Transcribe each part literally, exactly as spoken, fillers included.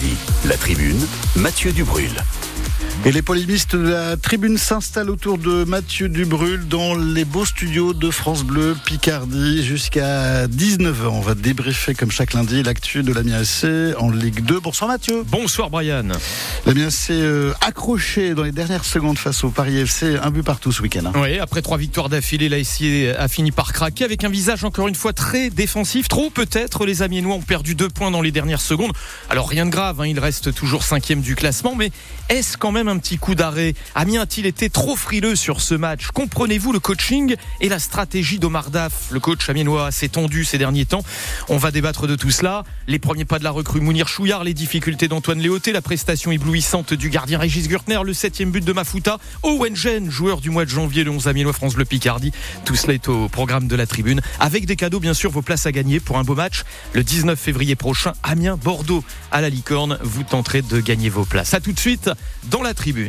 Picardie. La Tribune, Mathieu Dubrul. Et les polémistes de la Tribune s'installent autour de Mathieu Dubrul dans les beaux studios de France Bleu Picardie jusqu'à dix-neuf heures. On va débriefer comme chaque lundi l'actu de l'Amiens F C en Ligue deux. Bonsoir Mathieu. Bonsoir Brian. L'Amiens F C euh, accroché dans les dernières secondes face au Paris F C, un but partout ce week-end. Hein. Oui, après trois victoires d'affilée, l'A S I a fini par craquer avec un visage encore une fois très défensif. Trop peut-être, les Amiénois ont perdu deux points dans les dernières secondes. Alors rien de grave, hein, il reste toujours cinquième du classement, mais est-ce quand même un petit coup d'arrêt? Amiens a-t-il été trop frileux sur ce match? Comprenez-vous le coaching et la stratégie d'Omar Daf? Le coach amiénois s'est tendu ces derniers temps. On va débattre de tout cela. Les premiers pas de la recrue Mounir Chouillard, les difficultés d'Antoine Léoté, la prestation éblouissante du gardien Régis Gürtner, le septième but de Mafouta, Owen Gen, joueur du mois de janvier, le onze amiénois France Bleu Picardie. Tout cela est au programme de la Tribune. Avec des cadeaux, bien sûr, vos places à gagner pour un beau match. Le dix-neuf février prochain, Amiens-Bordeaux à la Licorne. Vous tenterez de gagner vos places. À tout de suite dans la Tribune.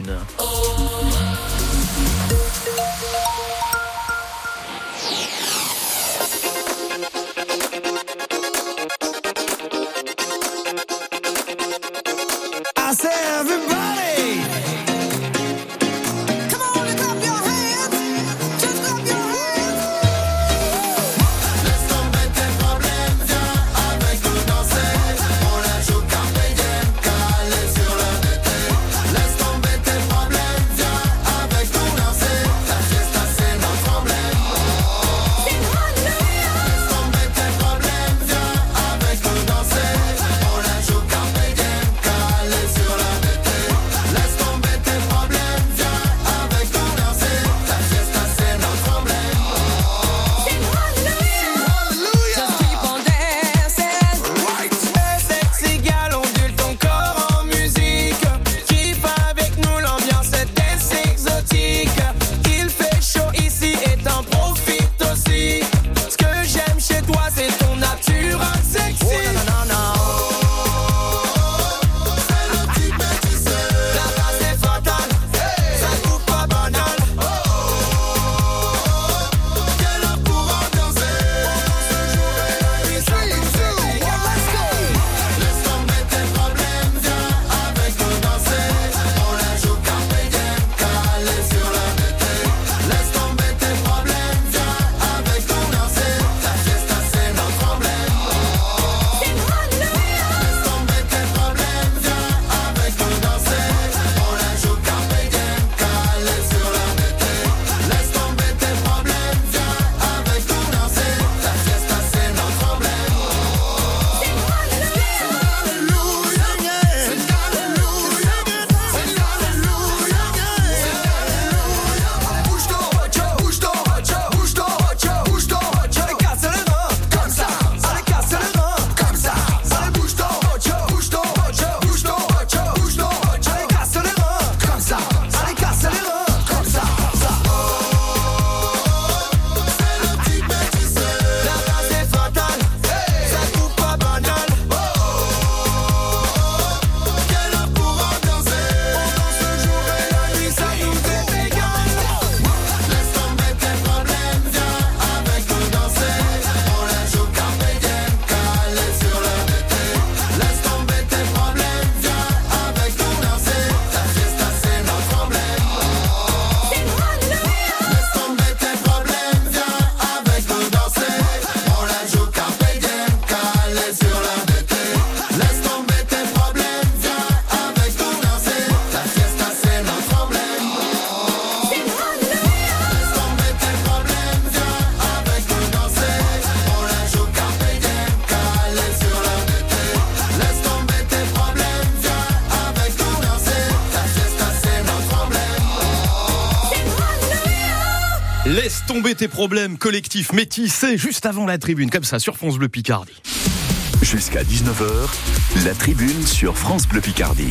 Laisse tomber tes problèmes, collectif métissé, juste avant la Tribune, comme ça, sur France Bleu Picardie. Jusqu'à dix-neuf heures, la Tribune sur France Bleu Picardie.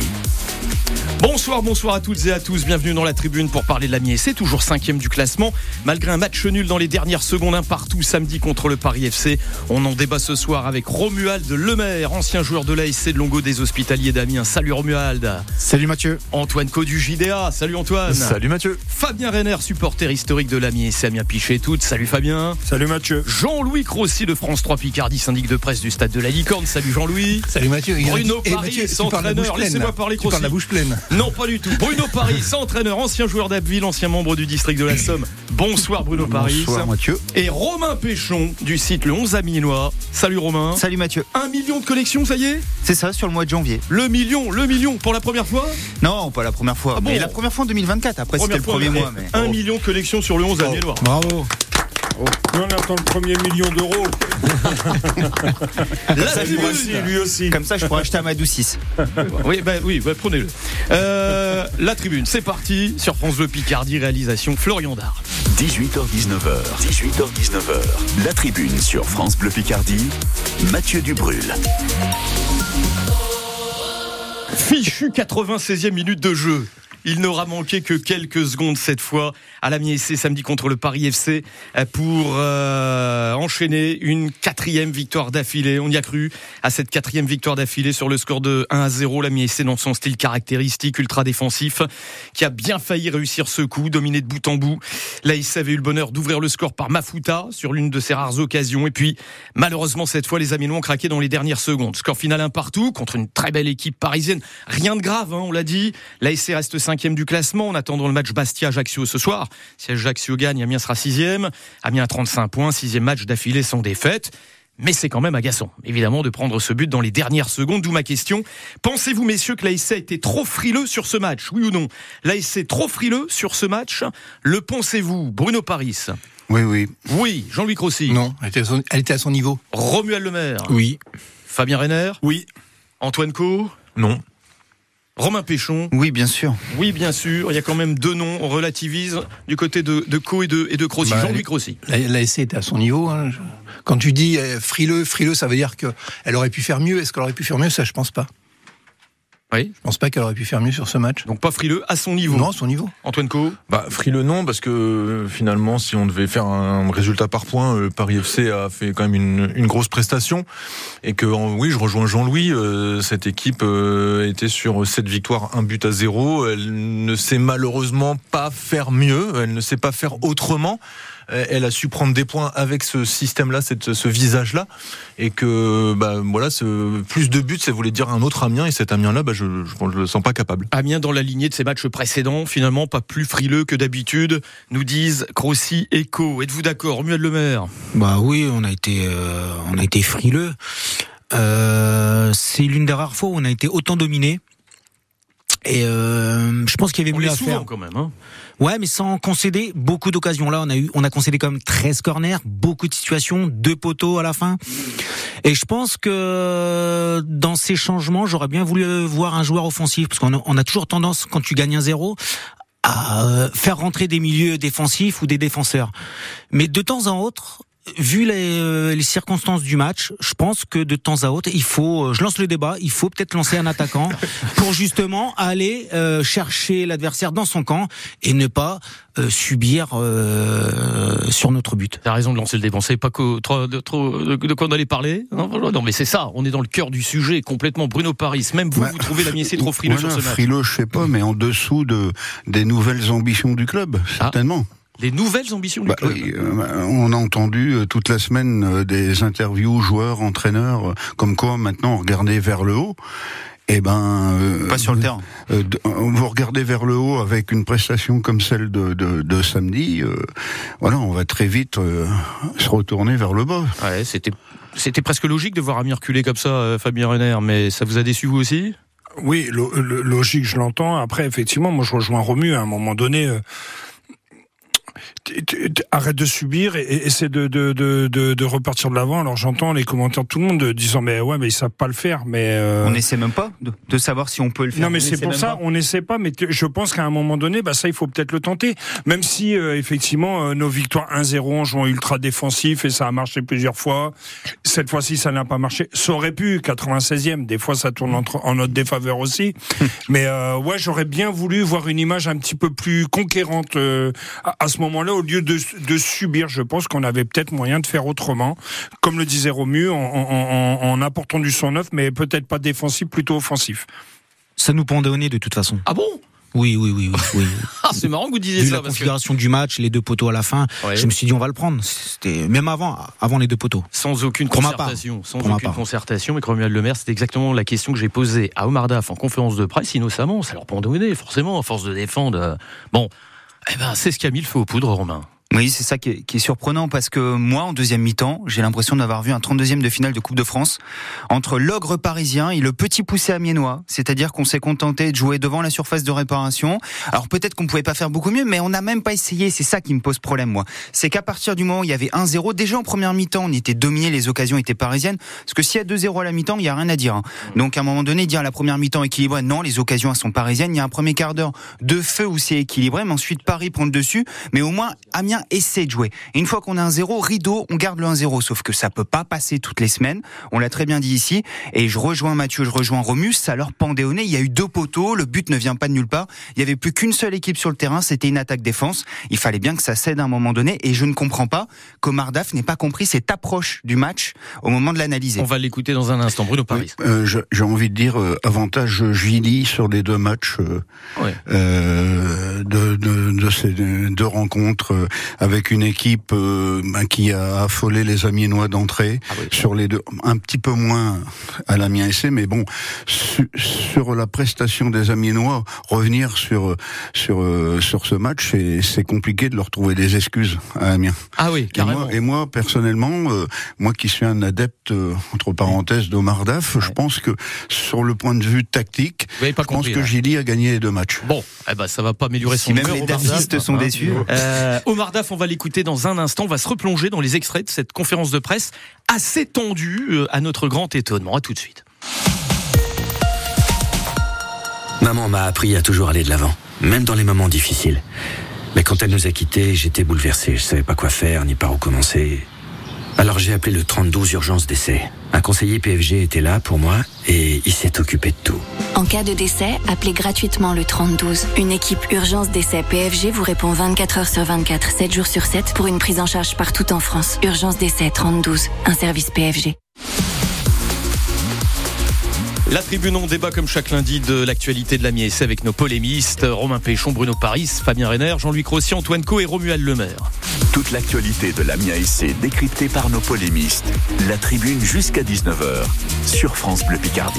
Bonsoir, bonsoir à toutes et à tous. Bienvenue dans la Tribune pour parler de l'Amiens. C'est toujours cinquième du classement. Malgré un match nul dans les dernières secondes, un partout samedi contre le Paris F C. On en débat ce soir avec Romuald Lemaire, ancien joueur de l'A S C de Longo des Hospitaliers d'Amiens. Salut Romuald. Salut Mathieu. Antoine Cau du J D A. Salut Antoine. Salut Mathieu. Fabien Renner, supporter historique de l'Amiens. C'est Amiens Pichet toutes. Salut Fabien. Salut Mathieu. Jean-Louis Crossi de France trois Picardie, syndic de presse du Stade de la licorne, salut Jean-Louis. Salut Mathieu. Bruno Et Paris, Mathieu, entraîneur. Laissez-moi parler, Tu parles la bouche pleine. Non, pas du tout. Bruno Paris, entraîneur, ancien joueur d'Abbeville, ancien membre du district de la Somme. Bonsoir Bruno Paris. Bonsoir Mathieu. Et Romain Péchon du site Le onze Amiénois. Salut Romain. Salut Mathieu. Un million de collections, ça y est ? C'est ça, sur le mois de janvier. Le million, le million, pour la première fois ? Non, pas la première fois. Ah bon ? Mais la première fois en deux mille vingt-quatre. Après, Première c'était le fois, premier mais mois. Mais... Un million de collections sur le onze Amiénois. Bravo. Nous, on attend le premier million d'euros. La Ça, lui aussi, lui aussi. Comme ça, je pourrais acheter Amadou six. Oui, bah, oui bah, prenez-le. Euh, la tribune, c'est parti. Sur France Bleu Picardie, réalisation Florian Dard. dix-huit heures dix-neuf heures. dix-huit heures dix-neuf heures. La tribune sur France Bleu Picardie. Mathieu Dubrul. Fichu quatre-vingt-seizième minute de jeu. Il n'aura manqué que quelques secondes cette fois à l'Amiens S C samedi contre le Paris F C pour euh, enchaîner une quatrième victoire d'affilée. On y a cru à cette quatrième victoire d'affilée sur le score de un à zéro. L'Amiens S C dans son style caractéristique ultra défensif qui a bien failli réussir ce coup, dominé de bout en bout. L'A S C avait eu le bonheur d'ouvrir le score par Mafuta sur l'une de ses rares occasions. Et puis malheureusement cette fois les Amiénois ont craqué dans les dernières secondes. Score final un partout contre une très belle équipe parisienne. Rien de grave, hein, on l'a dit. L'A S C reste cinquième du classement en attendant le match Bastia-Ajaccio ce soir. Si Ajaccio gagne, Amiens sera sixième. Amiens a trente-cinq points, sixième match d'affilée sans défaite. Mais c'est quand même agaçant, évidemment, de prendre ce but dans les dernières secondes. D'où ma question. Pensez-vous, messieurs, que l'A S C a été trop frileux sur ce match ? Oui ou non ? L'A S C trop frileux sur ce match ? Le pensez-vous ? Bruno Paris ? Oui, oui. Oui. Jean-Louis Crossy ? Non, elle était, à son, elle était à son niveau. Romuald Lemaire ? Oui. Fabien Renner ? Oui. Antoine Co ? Non. Romain Péchon? Oui, bien sûr. Oui, bien sûr. Il y a quand même deux noms. On relativise du côté de, de Co et de, et de Crossy. Bah, Jean-Louis Crossy. L'A S C était à son niveau. Hein. Quand tu dis euh, frileux, frileux, ça veut dire qu'elle aurait pu faire mieux. Est-ce qu'elle aurait pu faire mieux ? Ça, je pense pas. Oui. Je pense pas qu'elle aurait pu faire mieux sur ce match. Donc pas frileux à son niveau. Non, à son niveau. Antoine Co? Bah, frileux non, parce que euh, finalement, si on devait faire un résultat par points, euh, Paris F C a fait quand même une, une grosse prestation. Et que, en, oui, je rejoins Jean-Louis, euh, cette équipe euh, était sur sept victoires, un but à zéro. Elle ne sait malheureusement pas faire mieux, elle ne sait pas faire autrement. Elle a su prendre des points avec ce système-là, cette, ce visage-là, et que bah, voilà, ce, plus de buts, ça voulait dire un autre Amiens, et cet Amiens-là, bah, je ne le sens pas capable. Amiens dans la lignée de ses matchs précédents, finalement pas plus frileux que d'habitude, nous disent Crossy et Co. Êtes-vous d'accord, Romuald Lemaire? Bah oui, on a été, euh, on a été frileux. Euh, c'est l'une des rares fois où on a été autant dominé. Et euh, je pense qu'il y avait on mieux à souvent, faire. Quand même, hein. Ouais, mais sans concéder beaucoup d'occasions. Là, on a eu, on a concédé quand même treize corners, beaucoup de situations, deux poteaux à la fin. Et je pense que dans ces changements, j'aurais bien voulu voir un joueur offensif, parce qu'on a, on a toujours tendance, quand tu gagnes un zéro, à faire rentrer des milieux défensifs ou des défenseurs. Mais de temps en autre, vu les, les circonstances du match, je pense que de temps à autre, il faut, je lance le débat, il faut peut-être lancer un attaquant pour justement aller euh, chercher l'adversaire dans son camp et ne pas euh, subir euh, sur notre but. T'as raison de lancer le débat. On savait pas que, trop, de, trop, de, de quoi on allait parler. Non, non, mais c'est ça. On est dans le cœur du sujet complètement. Bruno Paris, même vous, bah, vous trouvez l'Amiens trop frileux voilà, sur ce match? Frileux, je sais pas, mais en dessous de des nouvelles ambitions du club, certainement. Ah. Les nouvelles ambitions du bah, club. Oui, euh, on a entendu euh, toute la semaine euh, des interviews joueurs, entraîneurs, euh, comme quoi maintenant on regardait vers le haut. Eh ben, euh, pas sur le terrain. Euh, vous regardez vers le haut avec une prestation comme celle de, de, de samedi. Euh, voilà, on va très vite euh, se retourner vers le bas. Ouais, c'était c'était presque logique de voir Amiens reculer comme ça, euh, Fabien Renner. Mais ça vous a déçu vous aussi? Oui, lo- lo- logique, je l'entends. Après, effectivement, moi je rejoins Romu à un moment donné. Euh, Arrête de subir et essaie de, de, de, de, de repartir de l'avant. Alors j'entends les commentaires de tout le monde disant mais ouais mais ils savent pas le faire. Mais euh... on n'essaie même pas de, de savoir si on peut le faire. Non mais on c'est pour ça pas. On n'essaie pas. Mais t- je pense qu'à un moment donné, bah ça il faut peut-être le tenter. Même si euh, effectivement euh, nos victoires un zéro en jouant ultra défensif et ça a marché plusieurs fois. Cette fois-ci ça n'a pas marché. Ça aurait pu quatre-vingt-seizième. Des fois ça tourne entre, en notre défaveur aussi. Mais euh, ouais j'aurais bien voulu voir une image un petit peu plus conquérante euh, à, à ce moment-là. Au lieu de, de subir, je pense qu'on avait peut-être moyen de faire autrement, comme le disait Romu, en, en, en, en apportant du sang neuf, mais peut-être pas défensif, plutôt offensif. Ça nous pendait au nez de toute façon. Ah bon? Oui, oui, oui, oui. oui. Ah, c'est marrant que vous disiez Vu ça. la parce que configuration du match, les deux poteaux à la fin, Ouais. je me suis dit on va le prendre. C'était même avant, avant les deux poteaux. sans aucune Pour ma part. concertation, sans Pour ma aucune part. concertation, mais Romuald Le Maire, c'est exactement la question que j'ai posée à Omar Daf en conférence de presse innocemment. Ça leur pendait au nez, forcément, à force de défendre. euh, Bon, eh ben, c'est ce qu'a mis le feu aux poudres, Romain. Oui, c'est ça qui est, qui est surprenant parce que moi, en deuxième mi-temps, j'ai l'impression d'avoir vu un trente-deuxième de finale de Coupe de France entre l'ogre parisien et le petit poussé amiénois. C'est-à-dire qu'on s'est contenté de jouer devant la surface de réparation. Alors peut-être qu'on pouvait pas faire beaucoup mieux, mais on n'a même pas essayé. C'est ça qui me pose problème, moi. C'est qu'à partir du moment où il y avait un zéro, déjà en première mi-temps, on était dominé, les occasions étaient parisiennes. Parce que s'il y a deux zéro à la mi-temps, il y a rien à dire. Hein. Donc à un moment donné, dire la première mi-temps équilibrée, non, les occasions elles sont parisiennes. Il y a un premier quart d'heure de feu où c'est équilibré, mais ensuite Paris prend le dessus. Mais au moins, Amiens essaie de jouer. Et une fois qu'on a un zéro, rideau, on garde le un zéro. Sauf que ça peut pas passer toutes les semaines. On l'a très bien dit ici. Et je rejoins Mathieu, je rejoins Romus. Ça leur pendait au nez. Il y a eu deux poteaux. Le but ne vient pas de nulle part. Il y avait plus qu'une seule équipe sur le terrain. C'était une attaque-défense. Il fallait bien que ça cède à un moment donné. Et je ne comprends pas qu'Omar Daf n'ait pas compris cette approche du match au moment de l'analyser. On va l'écouter dans un instant. Bruno Paris. Euh, je- j'ai envie de dire euh, avantage Gilly sur les deux matchs euh, Ouais. euh, de, de, de ces deux rencontres euh, avec une équipe euh, ben, qui a affolé les Amiénois d'entrée Ah oui. sur les deux, un petit peu moins à l'Amiens S C, mais bon su, sur la prestation des Amiénois, revenir sur sur euh, sur ce match, c'est, c'est compliqué de leur trouver des excuses à Amiens. Ah oui, Et carrément. moi, et moi, personnellement, euh, moi qui suis un adepte, euh, entre parenthèses, d'Omar Daf, je pense que sur le point de vue tactique, Vous n'avez pas je pense compris. que là. Gilly a gagné les deux matchs. Bon, eh ben, ça va pas améliorer son Si même humeur, les Omar Daf. dafistes sont Hein. déçus. Euh, Omar Daf, on va l'écouter dans un instant. On va se replonger dans les extraits de cette conférence de presse assez tendue, euh, à notre grand étonnement. À tout de suite. Maman m'a appris à toujours aller de l'avant, même dans les moments difficiles. Mais quand elle nous a quittés, j'étais bouleversé. Je savais pas quoi faire, ni par où commencer. Alors j'ai appelé le trente-douze urgence décès. Un conseiller P F G était là pour moi et il s'est occupé de tout. En cas de décès, appelez gratuitement le trente douze. Une équipe urgence décès P F G vous répond vingt-quatre heures sur vingt-quatre, sept jours sur sept pour une prise en charge partout en France. Urgence décès trente douze, un service P F G. La tribune, on débat comme chaque lundi de l'actualité de l'Amiens S C avec nos polémistes Romain Péchon, Bruno Paris, Fabien Renner, Jean-Louis Crossi, Antoine Co et Romuald Le Maire. Toute l'actualité de l'Amiens S C décryptée par nos polémistes. La tribune jusqu'à dix-neuf heures sur France Bleu Picardie.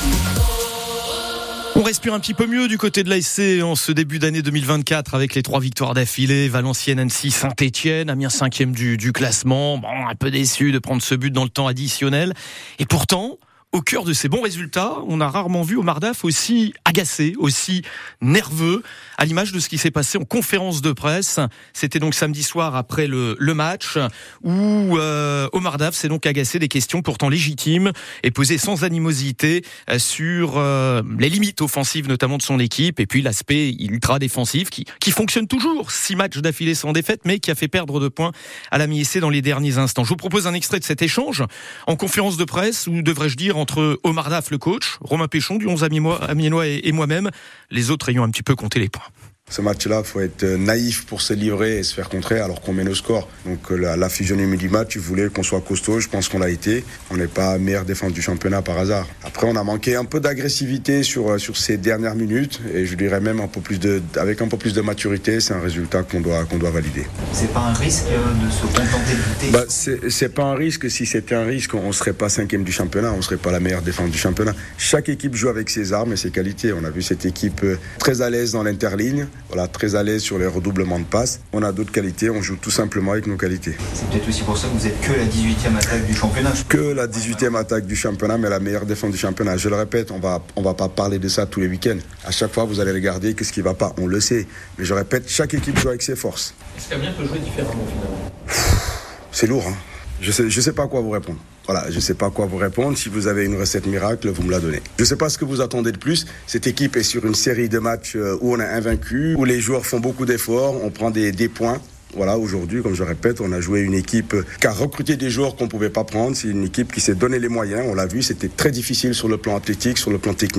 On respire un petit peu mieux du côté de l'A S C en ce début d'année deux mille vingt-quatre avec les trois victoires d'affilée, Valenciennes, Annecy, Saint-Etienne, Amiens cinquième du, du classement. Bon, un peu déçu de prendre ce but dans le temps additionnel. Et pourtant, au cœur de ces bons résultats, on a rarement vu Omar Daf aussi agacé, aussi nerveux, à l'image de ce qui s'est passé en conférence de presse. C'était donc samedi soir après le, le match, où euh, Omar Daf s'est donc agacé des questions pourtant légitimes et posées sans animosité euh, sur euh, les limites offensives notamment de son équipe, et puis l'aspect ultra défensif qui, qui fonctionne toujours. Six matchs d'affilée sans défaite, mais qui a fait perdre deux points à l'Amiens S C dans les derniers instants. Je vous propose un extrait de cet échange en conférence de presse, ou devrais-je dire entre Omar Daf, le coach, Romain Péchon du onze Amiénois et, et moi-même, les autres ayant un petit peu compté les points. Ce match-là, il faut être naïf pour se livrer et se faire contrer alors qu'on mène au score. Donc la, la physionomie du match, tu voulais qu'on soit costaud, je pense qu'on l'a été. On n'est pas meilleure défense du championnat par hasard. Après, on a manqué un peu d'agressivité sur, sur ces dernières minutes, et je dirais même un peu plus de, avec un peu plus de maturité, c'est un résultat qu'on doit, qu'on doit valider. C'est pas un risque de se contenter de lutter. Bah, c'est, c'est pas un risque. Si c'était un risque, on serait pas cinquième du championnat, on serait pas la meilleure défense du championnat. Chaque équipe joue avec ses armes et ses qualités. On a vu cette équipe très à l'aise dans l'interligne, voilà, très à l'aise sur les redoublements de passes. On a d'autres qualités, on joue tout simplement avec nos qualités. C'est peut-être aussi pour ça que vous êtes que la dix-huitième attaque du championnat. Que la dix-huitième attaque du championnat, mais la meilleure défense du championnat. Je le répète, on va, on va pas parler de ça tous les week-ends. À chaque fois, vous allez regarder qu'est-ce qui va pas. On le sait. Mais je répète, chaque équipe joue avec ses forces. Est-ce qu'Amiens peut jouer différemment finalement ? C'est lourd, hein. Je sais, je sais pas quoi vous répondre. Voilà, je sais pas quoi vous répondre. Si vous avez une recette miracle, vous me la donnez. Je sais pas ce que vous attendez de plus. Cette équipe est sur une série de matchs où on est invaincu, où les joueurs font beaucoup d'efforts, on prend des, des points. Voilà, aujourd'hui, comme je répète, on a joué une équipe qui a recruté des joueurs qu'on pouvait pas prendre. C'est une équipe qui s'est donné les moyens. On l'a vu, c'était très difficile sur le plan athlétique, sur le plan technique.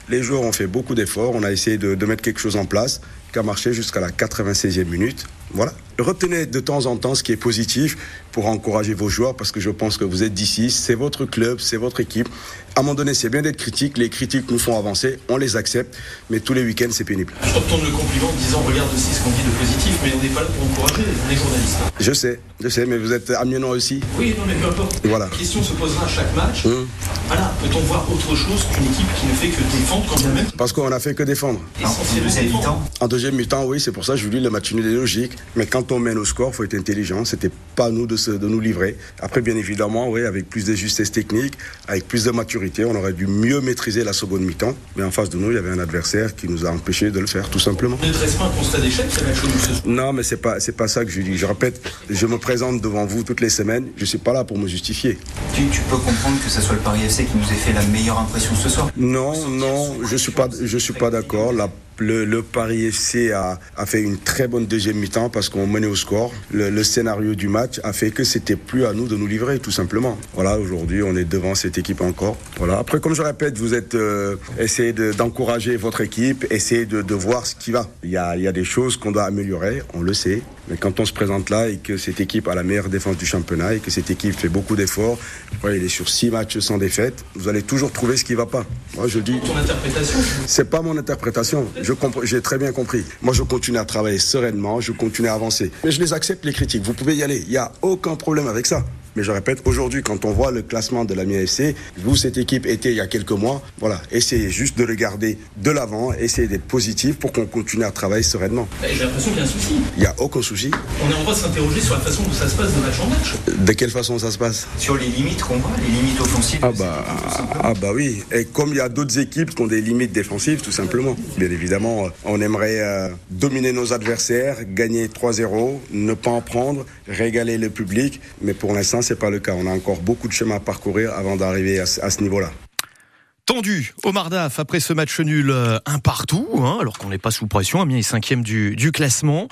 Les joueurs ont fait beaucoup d'efforts. On a essayé de, de mettre quelque chose en place qui a marché jusqu'à la quatre-vingt-seizième minute. Voilà. Retenez de temps en temps ce qui est positif pour encourager vos joueurs parce que je pense que vous êtes d'ici, c'est votre club, c'est votre équipe. À un moment donné, c'est bien d'être critique. Les critiques nous font avancer, on les accepte, mais tous les week-ends, c'est pénible. Je retourne le compliment en disant regarde aussi ce qu'on dit de positif, mais on n'est pas là pour encourager, on est journaliste. Je sais, je sais, mais vous êtes amiénois aussi. Oui, non, mais peu importe. Voilà. La question se posera à chaque match. Mmh. Voilà, peut-on voir autre chose qu'une équipe qui ne fait que défendre quand bien même? Parce qu'on a fait que défendre. En deuxième mi-temps. En deuxième mi-temps, oui, c'est pour ça que je vous dis le match nul est logique. Mais quand on mène au score, il faut être intelligent. C'était pas à nous de, se, de nous livrer. Après, bien évidemment, oui, avec plus de justesse technique, avec plus de maturité, on aurait dû mieux maîtriser la seconde mi-temps. Mais en face de nous, il y avait un adversaire qui nous a empêché de le faire, tout simplement. Ne dresse pas un constat d'échec, ce match nul ce soir? Non, mais c'est pas, c'est pas ça que je dis. Je répète, je me présente devant vous toutes les semaines. Je suis pas là pour me justifier. Tu, tu peux comprendre que ce soit le Paris F C qui nous ait fait la meilleure impression ce soir? Non, non, je suis pas, je suis pas d'accord. La Le, le Paris F C a, a fait une très bonne deuxième mi-temps parce qu'on menait au score. Le, le scénario du match a fait que c'était plus à nous de nous livrer, tout simplement. Voilà, aujourd'hui, on est devant cette équipe encore. Voilà. Après, comme je répète, vous êtes euh, essayez de, d'encourager votre équipe, essayez de, de voir ce qui va. Il y a, il y a des choses qu'on doit améliorer, on le sait. Mais quand on se présente là et que cette équipe a la meilleure défense du championnat et que cette équipe fait beaucoup d'efforts, ouais, il est sur six matchs sans défaite, vous allez toujours trouver ce qui ne va pas. Moi, je dis. Ton interprétation? C'est pas mon interprétation. Je comp- j'ai très bien compris. Moi, je continue à travailler sereinement, je continue à avancer. Mais je les accepte, les critiques. Vous pouvez y aller. Il n'y a aucun problème avec ça. Mais je répète, aujourd'hui, quand on voit le classement de l'Amiens F C, où cette équipe était il y a quelques mois, voilà, essayez juste de le garder de l'avant, essayez d'être positif pour qu'on continue à travailler sereinement. J'ai l'impression qu'il y a un souci. Il n'y a aucun souci. On est en droit de s'interroger sur la façon dont ça se passe de match en match. De quelle façon ça se passe? Sur les limites qu'on voit, les limites offensives. Ah bah, ah bah oui. Et comme il y a d'autres équipes qui ont des limites défensives, tout simplement. Bien évidemment, on aimerait euh, dominer nos adversaires, gagner trois zéro, ne pas en prendre, régaler le public. Mais pour l'instant, c'est pas le cas. On a encore beaucoup de chemin à parcourir avant d'arriver à ce, à ce niveau-là. Tendu, Omar Daf, après ce match nul, euh, un partout, hein, alors qu'on n'est pas sous pression, Amiens est cinquième du, du classement.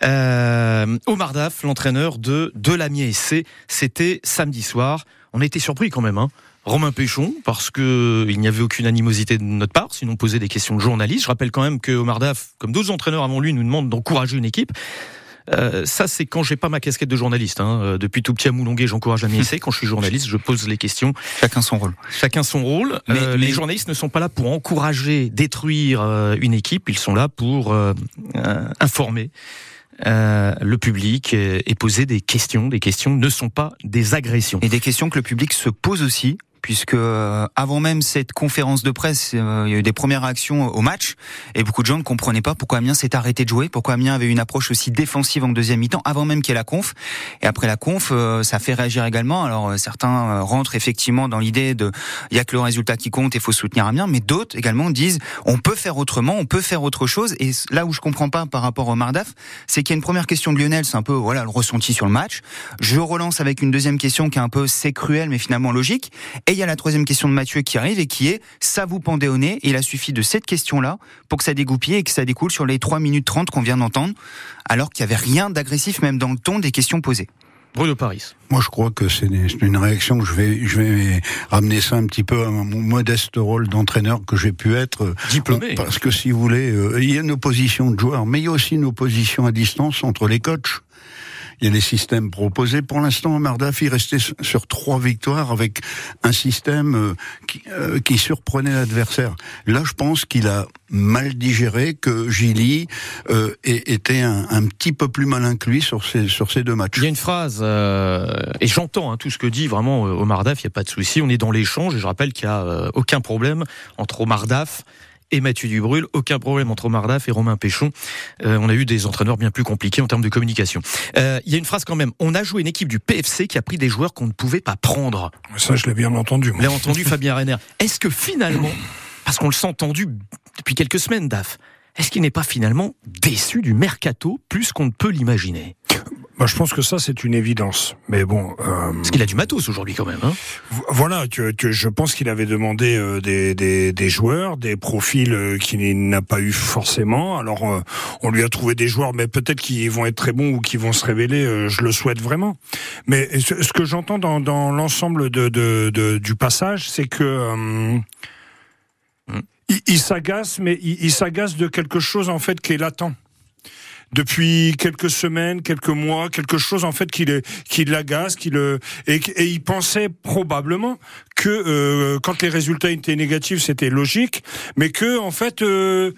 Euh, Omar Daf, l'entraîneur de, de l'Amiens S C, c'était samedi soir. On a été surpris quand même, hein. Romain Péchon, parce que il n'y avait aucune animosité de notre part, sinon poser des questions de journalistes. Je rappelle quand même que Omar Daf, comme d'autres entraîneurs avant lui, nous demande d'encourager une équipe. Euh, ça, c'est quand j'ai pas ma casquette de journaliste. Hein. Euh, depuis tout petit à Moulonguet, j'encourage l'Amiens S C. Quand je suis journaliste, je pose les questions. Chacun son rôle. Chacun son rôle. Mais, euh, mais... Les journalistes ne sont pas là pour encourager, détruire euh, une équipe. Ils sont là pour euh, euh, informer euh, le public et, et poser des questions. Des questions ne sont pas des agressions. Et des questions que le public se pose aussi. Puisque euh, avant même cette conférence de presse, euh, il y a eu des premières réactions au match et beaucoup de gens ne comprenaient pas pourquoi Amiens s'est arrêté de jouer, pourquoi Amiens avait une approche aussi défensive en deuxième mi-temps avant même qu'il y ait la conf. Et après la conf, euh, ça fait réagir également. Alors euh, certains euh, rentrent effectivement dans l'idée de il y a que le résultat qui compte, il faut soutenir Amiens, mais d'autres également disent on peut faire autrement, on peut faire autre chose. Et là où je comprends pas par rapport au Omar Daf, c'est qu'il y a une première question de Lionel, c'est un peu voilà le ressenti sur le match. Je relance avec une deuxième question qui est un peu c'est cruel mais finalement logique. Et il y a la troisième question de Mathieu qui arrive et qui est ça vous pendait au nez. Et il a suffi de cette question-là pour que ça dégoupille et que ça découle sur les trois minutes trente qu'on vient d'entendre, alors qu'il n'y avait rien d'agressif même dans le ton des questions posées. Bruno Paris. Moi, je crois que c'est une réaction. Je vais, je vais ramener ça un petit peu à mon modeste rôle d'entraîneur que j'ai pu être. Diplômé. Parce que si vous voulez, euh, il y a une opposition de joueurs, mais il y a aussi une opposition à distance entre les coachs. Il y a des systèmes proposés. Pour l'instant, Omar Daf, il restait sur trois victoires avec un système euh, qui, euh, qui surprenait l'adversaire. Là, je pense qu'il a mal digéré que Gilly euh, était un, un petit peu plus malin que lui sur ces, sur ces deux matchs. Il y a une phrase, euh, et j'entends hein, tout ce que dit vraiment euh, Omar Daf, il n'y a pas de souci, on est dans l'échange, et je rappelle qu'il n'y a euh, aucun problème entre Omar Daf et Mathieu Dubrul, aucun problème entre Omar Daf et Romain Péchon. Euh, on a eu des entraîneurs bien plus compliqués en termes de communication. Euh, il y a une phrase quand même, on a joué une équipe du P F C qui a pris des joueurs qu'on ne pouvait pas prendre. Ça, je l'ai bien entendu. Moi. L'ai entendu Fabien Renner. Est-ce que finalement, parce qu'on le sent entendu depuis quelques semaines, Daf, est-ce qu'il n'est pas finalement déçu du mercato plus qu'on ne peut l'imaginer ? Bah, je pense que ça, c'est une évidence. Mais bon... Euh... Parce qu'il a du matos aujourd'hui quand même. Hein voilà, que, que je pense qu'il avait demandé euh, des, des, des joueurs, des profils euh, qu'il n'a pas eu forcément. Alors, euh, on lui a trouvé des joueurs, mais peut-être qu'ils vont être très bons ou qu'ils vont se révéler, euh, je le souhaite vraiment. Mais ce, ce que j'entends dans, dans l'ensemble de, de, de, du passage, c'est que... Euh, il, il s'agace, mais il, il s'agace de quelque chose en fait qui est latent. Depuis quelques semaines, quelques mois, quelque chose en fait qui le, qui l'agace, qui le et, et il pensait probablement que euh, quand les résultats étaient négatifs, c'était logique, mais que en fait euh,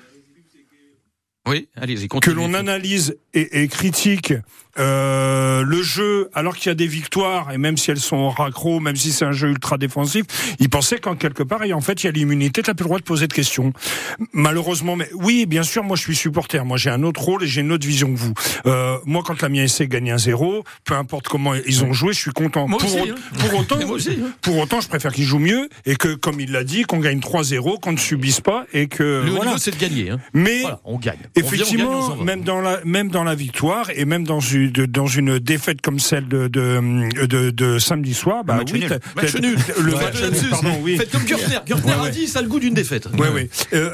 oui, allez-y, que l'on analyse et, et critique euh, le jeu alors qu'il y a des victoires et même si elles sont raccro, même si c'est un jeu ultra défensif, il pensait qu'en quelque part et en fait il y a l'immunité, t'as plus le droit de poser de questions. Malheureusement, mais oui, bien sûr, moi je suis supporter, moi j'ai un autre rôle et j'ai une autre vision que vous. Euh, moi quand l'Amiens S C gagne un zéro, peu importe comment ils ont joué, je suis content. Moi pour, aussi, au, hein. pour autant, moi aussi, hein. pour autant, je préfère qu'ils jouent mieux et que comme il l'a dit, qu'on gagne trois zéro, qu'on ne subisse pas et que le haut voilà. niveau c'est de gagner. Hein. Mais voilà, on gagne. Effectivement, on vient, on gagne, on même dans la même dans la victoire et même dans une dans une défaite comme celle de de, de, de samedi soir, bah match oui, nul. Match nul. Le Ouais, match ouais, nul, pardon, oui. Faites comme Gürtner. Gürtner Ouais, a ouais. dit ça a le goût d'une défaite. Oui, oui. Euh,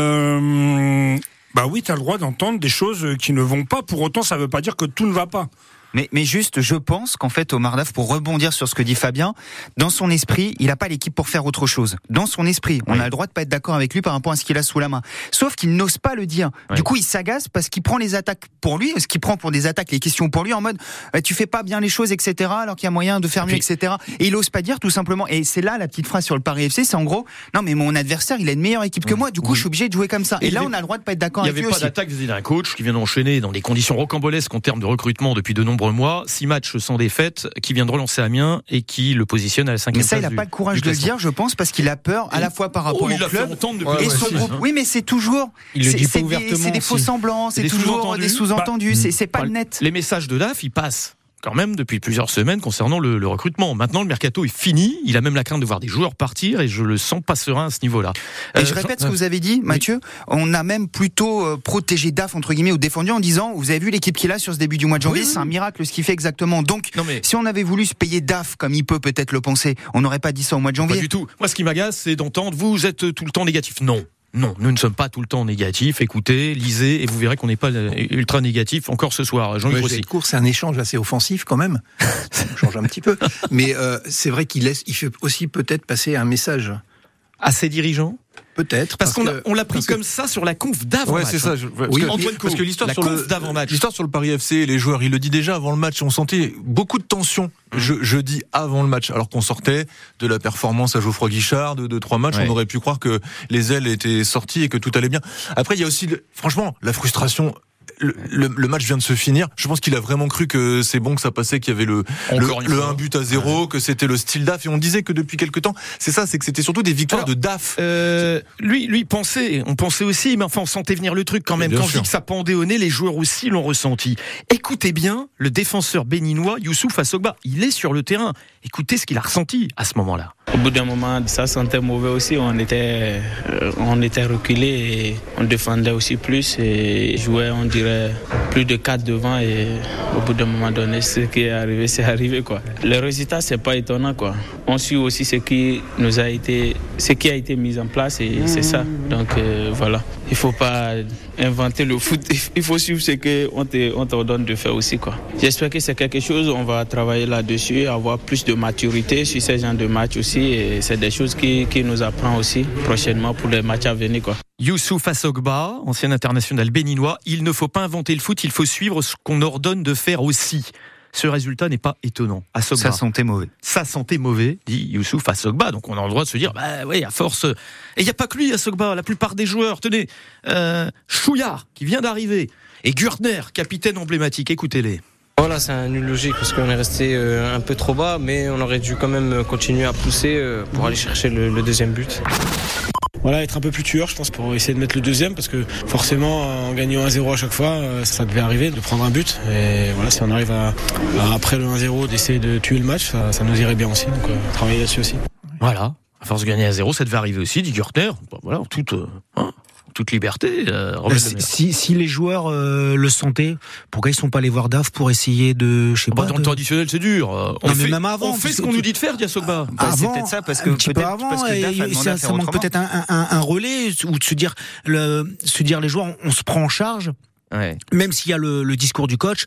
euh, bah oui, t'as le droit d'entendre des choses qui ne vont pas. Pour autant, ça veut pas dire que tout ne va pas. Mais, mais juste, je pense qu'en fait, Omar Daf, pour rebondir sur ce que dit Fabien, dans son esprit, il n'a pas l'équipe pour faire autre chose. Dans son esprit, on oui. a le droit de pas être d'accord avec lui par rapport à ce qu'il a sous la main. Sauf qu'il n'ose pas le dire. Oui. Du coup, il s'agace parce qu'il prend les attaques pour lui, ce qu'il prend pour des attaques, les questions pour lui, en mode eh, tu fais pas bien les choses, et cetera. Alors qu'il y a moyen de faire mieux, puis, et cetera. Et il ose pas dire tout simplement. Et c'est là la petite phrase sur le Paris F C, c'est en gros, non mais mon adversaire, il a une meilleure équipe que moi. Du coup, oui. je suis obligé de jouer comme ça. Et, Et là, les... on a le droit de pas être d'accord avec avec lui. Il lui n'y avait pas aussi. d'attaque vis-à-vis d'un coach qui vient d'enchaîner dans des conditions rocambolesques en termes de recrutement depuis de nombreux mois. Six matchs sans défaite, qui vient de relancer Amiens et qui le positionne à la cinquième Mais ça, place. il n'a du, pas le courage du de le classement. dire, je pense, parce qu'il a peur à la fois par rapport Oh, au il l'a fait club entendre depuis Ouais, et ouais, son si, groupe. hein. Oui, mais c'est toujours. Il le c'est- dit pas c'est des- ouvertement C'est des faux aussi. semblants, c'est Des toujours sous-entendus. des sous-entendus. Bah, c'est c'est pas Enfin, net. Les messages de D A F, ils passent quand même depuis plusieurs semaines concernant le, le recrutement. Maintenant, le mercato est fini. Il a même la crainte de voir des joueurs partir et je le sens pas serein à ce niveau-là. Et Euh, je répète Jean- ce que vous avez dit, Mathieu. On a même plutôt euh, protégé D A F, entre guillemets, ou défendu en disant, vous avez vu l'équipe qu'il a sur ce début du mois de janvier, Oui, oui. c'est un miracle ce qu'il fait exactement. Donc, Non, mais- si on avait voulu se payer D A F, comme il peut peut-être le penser, on n'aurait pas dit ça au mois de Pas janvier. du tout. Moi, ce qui m'agace, c'est d'entendre vous êtes tout le temps négatif. Non. Non, nous ne sommes pas tout le temps négatifs. Écoutez, lisez, et vous verrez qu'on n'est pas euh, ultra négatif encore ce soir. Jean-Luc Ouais, Rossi. cette course, c'est un échange assez offensif quand même. Ça change un petit peu. Mais euh, c'est vrai qu'il laisse, il fait aussi peut-être passer un message. À ses dirigeants. Peut-être. Parce, qu'on a- que- on l'a pris parce que- comme ça sur la conf d'avant. Ouais, c'est ça. Je, parce Oui, que, Antoine parce Caux, que l'histoire la sur conf le d'avant-match. l'histoire sur le Paris F C et les joueurs, il le dit déjà avant le match. On sentait beaucoup de tension je, jeudi avant le match, alors qu'on sortait de la performance à Geoffroy Guichard de, de trois matchs. Ouais. On aurait pu croire que les ailes étaient sorties et que tout allait bien. Après, il y a aussi, le- franchement, la frustration. Le, le, le match vient de se finir. Je pense qu'il a vraiment cru que c'est bon, que ça passait, qu'il y avait le, Encore le, une le fois. un but à zéro, que c'était le style D A F. Et on disait que depuis quelque temps, c'est ça, c'est que c'était surtout des victoires Alors, de D A F. Euh, lui, lui pensait, on pensait aussi, mais enfin on sentait venir le truc quand même. Bien Quand je sûr. dis que ça pendait au nez, les joueurs aussi l'ont ressenti. Écoutez bien le défenseur béninois Youssouf Assogba. Il est sur le terrain. Écoutez ce qu'il a ressenti à ce moment-là. Au bout d'un moment, ça sentait mauvais aussi. On était, euh, on était reculé et on défendait aussi plus et jouait, on dirait, plus de quatre devant. Et au bout d'un moment donné, ce qui est arrivé, c'est arrivé, quoi. Le résultat, c'est pas étonnant, quoi. On suit aussi ce qui nous a été, ce qui a été mis en place et c'est ça. Donc euh, voilà, il faut pas inventer le foot. Il faut suivre ce qu'on te, on t'ordonne de faire aussi, quoi. J'espère que c'est quelque chose. On va travailler là-dessus, avoir plus de maturité sur ces genres de matchs aussi. Et c'est des choses qui, qui nous apprend aussi prochainement pour les matchs à venir, quoi. Youssouf Assogba, ancien international béninois. Il ne faut pas inventer le foot, il faut suivre ce qu'on ordonne de faire aussi. Ce résultat n'est pas étonnant. Assogba. Ça sentait mauvais. Ça sentait mauvais, dit Youssouf Assogba. Donc on a le droit de se dire, bah oui, à force. Et il n'y a pas que lui, Assogba. La plupart des joueurs, tenez, euh, Chouillard, qui vient d'arriver, et Gürtner, capitaine emblématique. Écoutez-les. Voilà, c'est un nul logique parce qu'on est resté euh, un peu trop bas, mais on aurait dû quand même continuer à pousser euh, pour aller chercher le, le deuxième but. Voilà, être un peu plus tueur, je pense, pour essayer de mettre le deuxième, parce que forcément, en gagnant un zéro à chaque fois, ça devait arriver de prendre un but. Et voilà, si on arrive à, à après le un zéro, d'essayer de tuer le match, ça, ça nous irait bien aussi. Donc, euh, travailler là-dessus aussi. Voilà. À force de gagner à zéro, ça devait arriver aussi, dit Gürtner. Voilà, en toute, euh, hein, toute liberté. Euh, si, si les joueurs euh, le sentaient, pourquoi ils sont pas allés voir D A F pour essayer de, je sais bah, pas. Dans de... le temps additionnel, c'est dur. Euh, on non, fait, mais même avant, on fait ce qu'on nous dit de faire, Diasogba. Bah, avant, c'est peut-être ça, parce que un petit peu peut-être avant, parce que D A F a demandé ça, à faire ça manque autrement. peut-être un, un, un relais ou de se dire, le, se dire les joueurs, on, on se prend en charge. Ouais. Même s'il y a le, le discours du coach,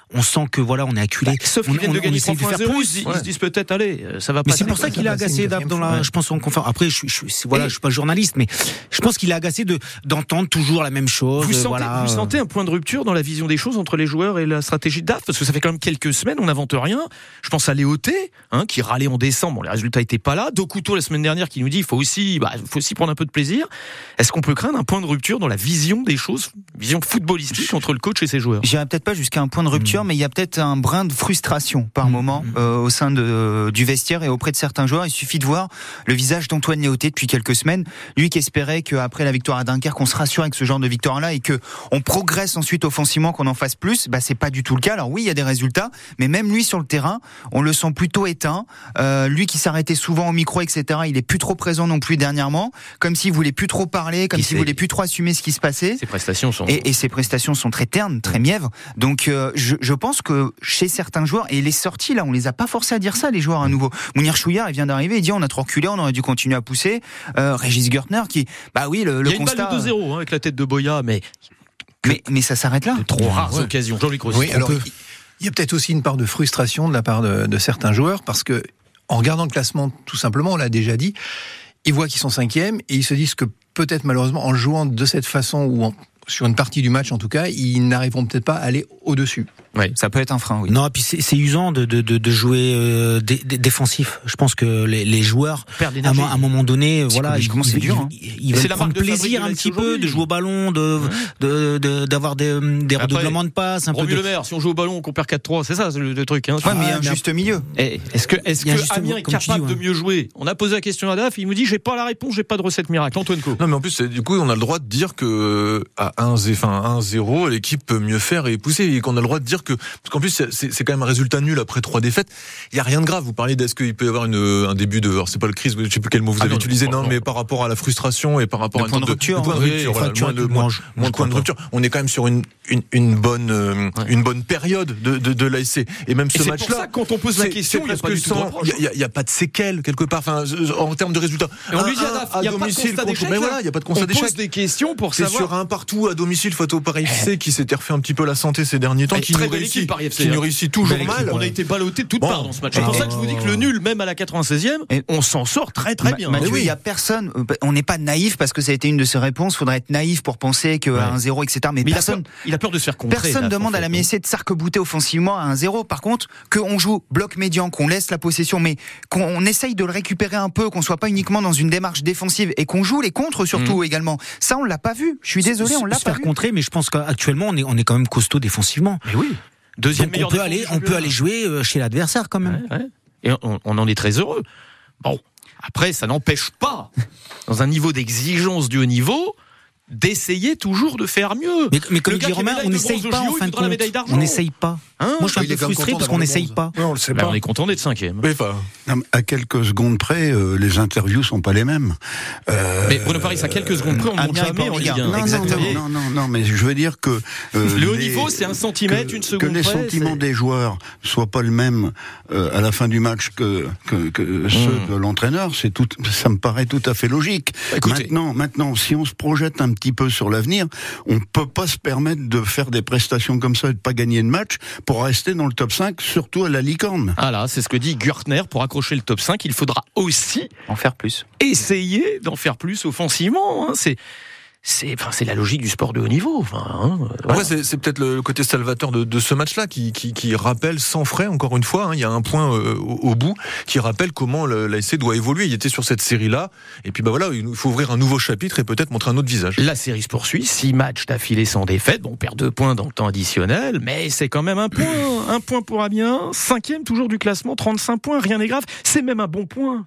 on sent que voilà, on est acculé. Bah, sauf on, qu'ils viennent on, de gagner essaye trois de faire zéro, plus. ils, ils se disent peut-être, allez, ça va pas. Mais c'est pour ça qu'il est agacé Dave, dans la, je pense en conférence. Après, je, je, je, voilà, je suis pas journaliste, mais je pense qu'il est agacé de d'entendre toujours la même chose. Vous, sentez, voilà. vous sentez un point de rupture dans la vision des choses entre les joueurs et la stratégie de Dave, parce que ça fait quand même quelques semaines, on n'invente rien. Je pense à Léoté, hein, qui râlait en décembre. Bon, les résultats étaient pas là. Dokuto la semaine dernière qui nous dit, il faut aussi, bah, faut aussi prendre un peu de plaisir. Est-ce qu'on peut craindre un point de rupture dans la vision des choses, vision footballistique entre le coach et ses joueurs? J'irai peut-être pas jusqu'à un point de rupture, mmh. mais il y a peut-être un brin de frustration par mmh. moment euh, au sein de, du vestiaire et auprès de certains joueurs. Il suffit de voir le visage d'Antoine Léoté depuis quelques semaines, lui qui espérait qu'après la victoire à Dunkerque, on se rassure avec ce genre de victoire-là et que on progresse ensuite offensivement, qu'on en fasse plus. Bah c'est pas du tout le cas. Alors oui, il y a des résultats, mais même lui sur le terrain, on le sent plutôt éteint. Euh, lui qui s'arrêtait souvent au micro, et cetera. Il est plus trop présent non plus dernièrement, comme s'il voulait plus trop parler, comme s'il voulait plus trop assumer ce qui se passait. Ses prestations sont et, et ses prestations sont très ternes, très mièvres. Donc euh, je, je pense que chez certains joueurs, et les sorties là, on les a pas forcés à dire ça, les joueurs à nouveau. Mounir Chouillard, il vient d'arriver, il dit on a trop reculé, on aurait dû continuer à pousser. Euh, Régis Gertner qui, bah oui, le, le il y a constat. Une balle de deux zéro hein, avec la tête de Boya, mais mais mais ça s'arrête là. De trop rares ouais. occasions. Jean-Luc Rossi. Oui, alors il y a peut-être aussi une part de frustration de la part de, de certains joueurs parce que en regardant le classement, tout simplement, on l'a déjà dit, ils voient qu'ils sont cinquièmes et ils se disent que peut-être malheureusement en jouant de cette façon ou en, sur une partie du match en tout cas, ils n'arriveront peut-être pas à aller au-dessus. Oui, ça peut être un frein, oui. Non, et puis c'est, c'est usant de, de, de, de jouer euh, dé, dé, défensif. Je pense que les, les joueurs, à un, à un moment donné, voilà, ils, c'est ils, dur, hein. ils, ils veulent prendre plaisir un petit peu, de jouer au ballon, de, ouais. de, de, d'avoir des, des redoublements de passes, un peu de... Le Maire, si on joue au ballon, qu'on perd quatre trois, c'est ça le, le truc. Hein, ouais, mais il y a un juste milieu. Et est-ce que, est-ce que Amiens est capable dis, ouais. de mieux jouer? On a posé la question à Daf, il nous dit j'ai pas la réponse, j'ai pas de recette miracle. Antoine Co. Non, mais en plus, du coup, on a le droit de dire que à un zéro, l'équipe peut mieux faire et pousser, et qu'on a le droit de dire que, parce qu'en plus, c'est, c'est, c'est quand même un résultat nul après trois défaites. Il y a rien de grave. Vous parliez d'est-ce qu'il peut y avoir une, un début de, alors c'est pas le crise, je sais plus quel mot vous avez ah non, utilisé, non, non, mais par rapport à la frustration et par rapport le à point de rupture, point de rupture, voilà, moins de moins, moins de point de rupture. On est quand même sur une une, une bonne euh, ouais. une bonne période de de, de l'A S C. Et même ce et match-là, c'est pour ça que quand on pose la question, il y a pas du tout de reproche. Il y a, il y a pas de séquelles quelque part. Enfin, en termes de résultats. Et on lui dit à, il y a pas de constat d'échec. Mais voilà, il y a pas de constat d'échec. On pose des questions pour savoir. C'est sur un partout à domicile face au Paris F C qui s'était refait un petit peu la santé ces derniers temps, qui nous réussit, qui nous réussit toujours mal. On a été ballotté de toutes parts dans ce match. C'est pour ça que je vous dis que le nul, même à la quatre-vingt-seizième, on s'en sort très très bien. Mathieu, il y a personne. On n'est pas naïf parce que ça a été une de ses réponses. Faudrait être naïf pour penser qu'à un zéro, et cetera. Mais personne. Il a peur de se faire contrer. Personne demande à la M S C de s'arc-bouter offensivement à un zéro. Par contre, qu'on joue bloc médian, qu'on laisse la possession, mais qu'on essaye de le récupérer un peu, qu'on soit pas uniquement dans une démarche défensive et qu'on joue les contres surtout mmh. également. Ça, on l'a pas vu. Je suis désolé, on l'a se pas faire vu. contrer, mais je pense qu'actuellement, on est, on est quand même costaud défensivement. Mais oui. Deuxième Donc on peut aller, on peut aller jouer chez l'adversaire quand même. Ouais, ouais. Et on, on en est très heureux. Bon, après, ça n'empêche pas, dans un niveau d'exigence du haut niveau, d'essayer toujours de faire mieux. Mais, mais comme le dit Romain, on n'essaye pas en fin de compte. On n'essaye pas. Hein Moi, je suis un peu frustré parce qu'on n'essaye pas. Non, on le sait bah, pas. On est content d'être cinquième. Mais pas. Non, à quelques secondes près, euh, les interviews sont pas les mêmes. Euh, mais Bruno Paris, à quelques secondes près, on ne monte jamais en Ligue un. Non, Exactement. Non, non, non, mais je veux dire que euh, le haut niveau, c'est un centimètre, une seconde près. Que les près, sentiments c'est... des joueurs soient pas le même euh, à la fin du match que que, que mmh. ceux de l'entraîneur, c'est tout. Ça me paraît tout à fait logique. Écoutez. Maintenant, maintenant, si on se projette un petit peu sur l'avenir, on peut pas se permettre de faire des prestations comme ça et de pas gagner de match pour rester dans le top cinq, surtout à la licorne. Ah là, c'est ce que dit Gürtner. Pour accrocher le top cinq, il faudra aussi en faire plus. Essayer d'en faire plus offensivement. Hein. C'est C'est, enfin, c'est la logique du sport de haut niveau. Enfin, hein, voilà. Ouais, c'est, c'est peut-être le côté salvateur de, de ce match-là qui, qui, qui rappelle sans frais, encore une fois, hein, il y a un point euh, au, au bout qui rappelle comment l'A S C doit évoluer. Il était sur cette série-là, et puis bah voilà, il faut ouvrir un nouveau chapitre et peut-être montrer un autre visage. La série se poursuit, six matchs d'affilée sans défaite. Bon, on perd deux points dans le temps additionnel, mais c'est quand même un point, un point pour Amiens, cinquième toujours du classement, trente-cinq points, rien n'est grave. C'est même un bon point.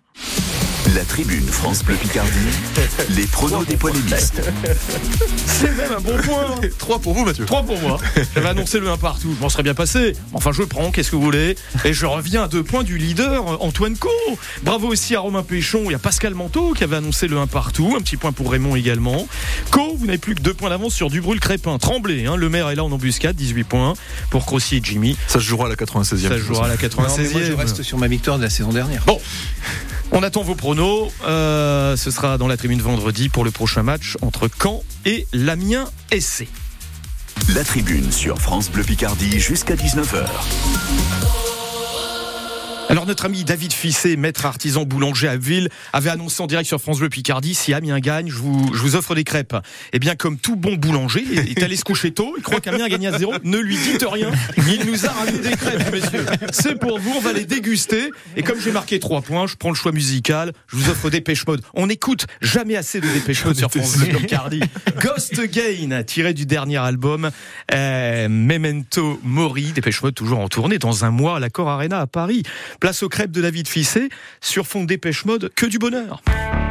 La tribune France Bleu Picardie, les pronos des polémistes. C'est même un bon point. trois pour vous, Mathieu. trois pour moi. J'avais annoncé le un partout. Je m'en serais bien passé. Enfin, je prends, qu'est-ce que vous voulez. Et je reviens à deux points du leader, Antoine Co. Bravo aussi à Romain Péchon et à Pascal Manteau qui avait annoncé le un partout. Un petit point pour Raymond également. Co, vous n'avez plus que deux points d'avance sur Dubrul-Crépin. Tremblay, hein. Le maire est là en embuscade, dix-huit points pour Crossi et Jimmy. Ça se jouera à la quatre-vingt-seizième. Ça se jouera à la quatre-vingt-seizième. Non, mais moi, je reste sur ma victoire de la saison dernière. Bon. On attend vos pronos. Euh, ce sera dans la tribune vendredi pour le prochain match entre Caen et l'Amiens S C. La Tribune sur France Bleu Picardie jusqu'à dix-neuf heures. Alors notre ami David Fisset, maître artisan boulanger à Abbeville, avait annoncé en direct sur France Bleu Picardie, si Amiens gagne, je vous, je vous offre des crêpes. Et bien comme tout bon boulanger, il est allé se coucher tôt, il croit qu'Amiens a gagné à zéro, ne lui dites rien, il nous a ramené des crêpes, messieurs. C'est pour vous, on va les déguster. Et comme j'ai marqué trois points, je prends le choix musical, je vous offre Dépêche Mode. On n'écoute jamais assez de Dépêche Mode sur France Bleu Picardie. Ghost Again, tiré du dernier album euh, Memento Mori. Dépêche Mode toujours en tournée dans un mois à l'Accor Arena à Paris. Place aux crêpes de David Fisset, sur fond Dépêche Mode, que du bonheur.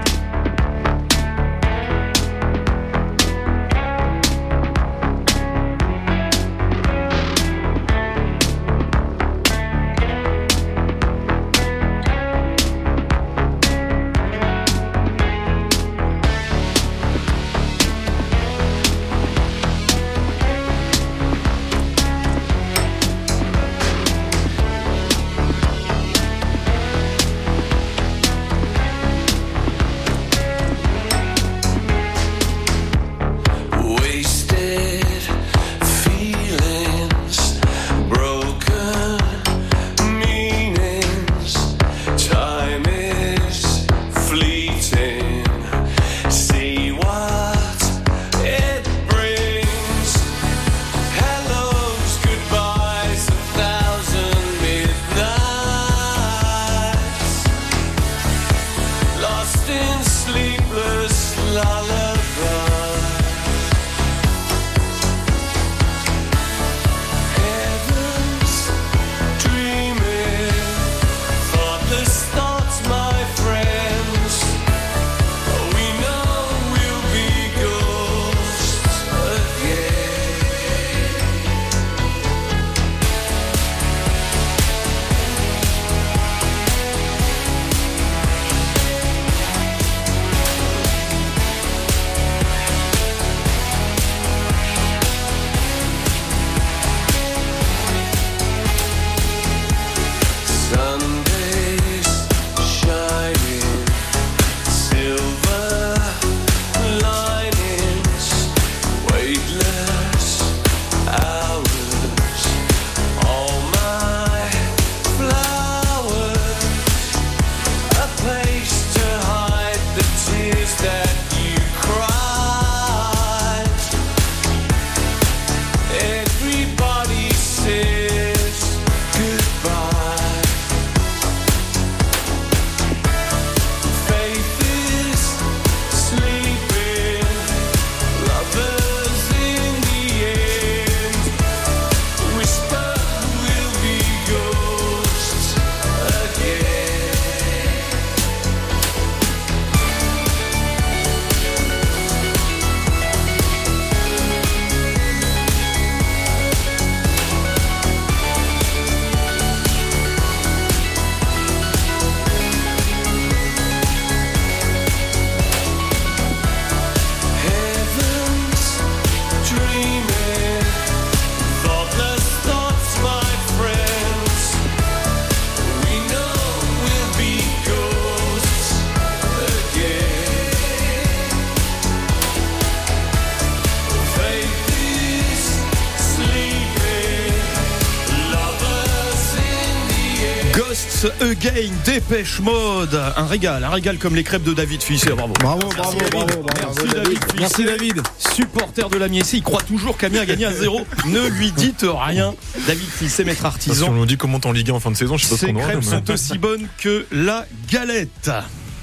Again, Dépêche Mode, un régal, un régal comme les crêpes de David Fisset. Bravo, bravo, bravo, Merci, bravo, David. bravo, Merci, David. Merci David. Supporter de l'Amiens, il croit toujours qu'Amiens a gagné à zéro. Ne lui dites rien. David Fisset, maître artisan. Si on nous dit comment t'es en Ligue un en fin de saison, je sais pas ce Ces qu'on aura. crêpes Mais... sont aussi bonnes que la galette.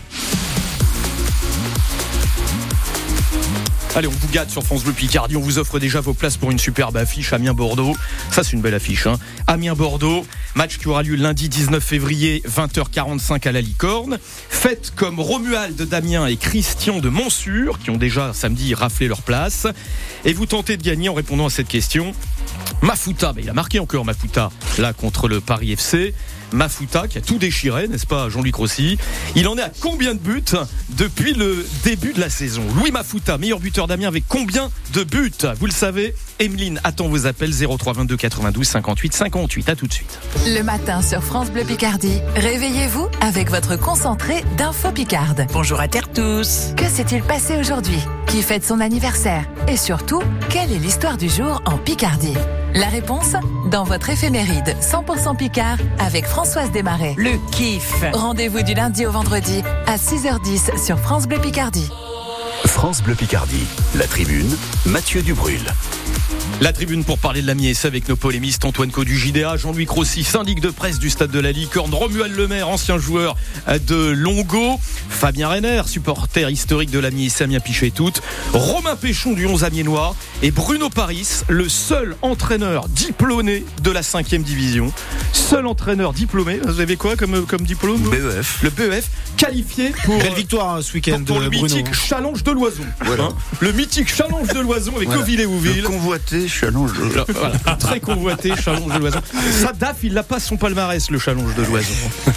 Allez, on vous gâte sur France Bleu Picardie. On vous offre déjà vos places pour une superbe affiche Amiens-Bordeaux. Ça, c'est une belle affiche. Hein. Amiens-Bordeaux, match qui aura lieu lundi dix-neuf février, vingt heures quarante-cinq à la Licorne. Faites comme Romuald d'Amiens et Christian de Montsûrs, qui ont déjà samedi raflé leur place. Et vous tentez de gagner en répondant à cette question. Mafuta, bah, il a marqué encore Mafuta, là, contre le Paris F C. Mafuta qui a tout déchiré, n'est-ce pas Jean-Luc Rossi? Il en est à combien de buts depuis le début de la saison? Louis Mafuta, meilleur buteur d'Amiens avec combien de buts? Vous le savez, Emeline attend vos appels zéro trois vingt-deux quatre-vingt-douze cinquante-huit cinquante-huit. À tout de suite. Le matin sur France Bleu Picardie, réveillez-vous avec votre concentré d'Info Picard. Bonjour à terre tous. Que s'est-il passé aujourd'hui? Qui fête son anniversaire? Et surtout, quelle est l'histoire du jour en Picardie? La réponse dans votre éphéméride cent pour cent Picard avec Françoise Desmarais. Le kiff. Rendez-vous du lundi au vendredi à six heures dix sur France Bleu Picardie. France Bleu Picardie, la tribune, Mathieu Dubrul. La tribune pour parler de l'Amiens avec nos polémistes Antoine Cau du J D A, Jean-Louis Rossi, syndic de presse du Stade de la Licorne, Romuald Lemaire, ancien joueur de Longo, Fabien Renner, supporter historique de l'Amiens, Amiens Pichet toutes, Romain Péchon du onze Amiénois et Bruno Paris, le seul entraîneur diplômé de la cinquième division. Seul entraîneur diplômé, vous avez quoi comme, comme diplôme? B E F. Le B E F, qualifié pour... Belle victoire ce week-end pour, pour le Bruno. mythique challenge de l'Oison. Voilà. Hein, le mythique challenge de l'Oison avec Voilà. Oville-et-Ouville. Le convoité challenge. Voilà, très convoité, challenge de l'Oison. Ça, D A F, il n'a pas son palmarès, le challenge de l'Oison.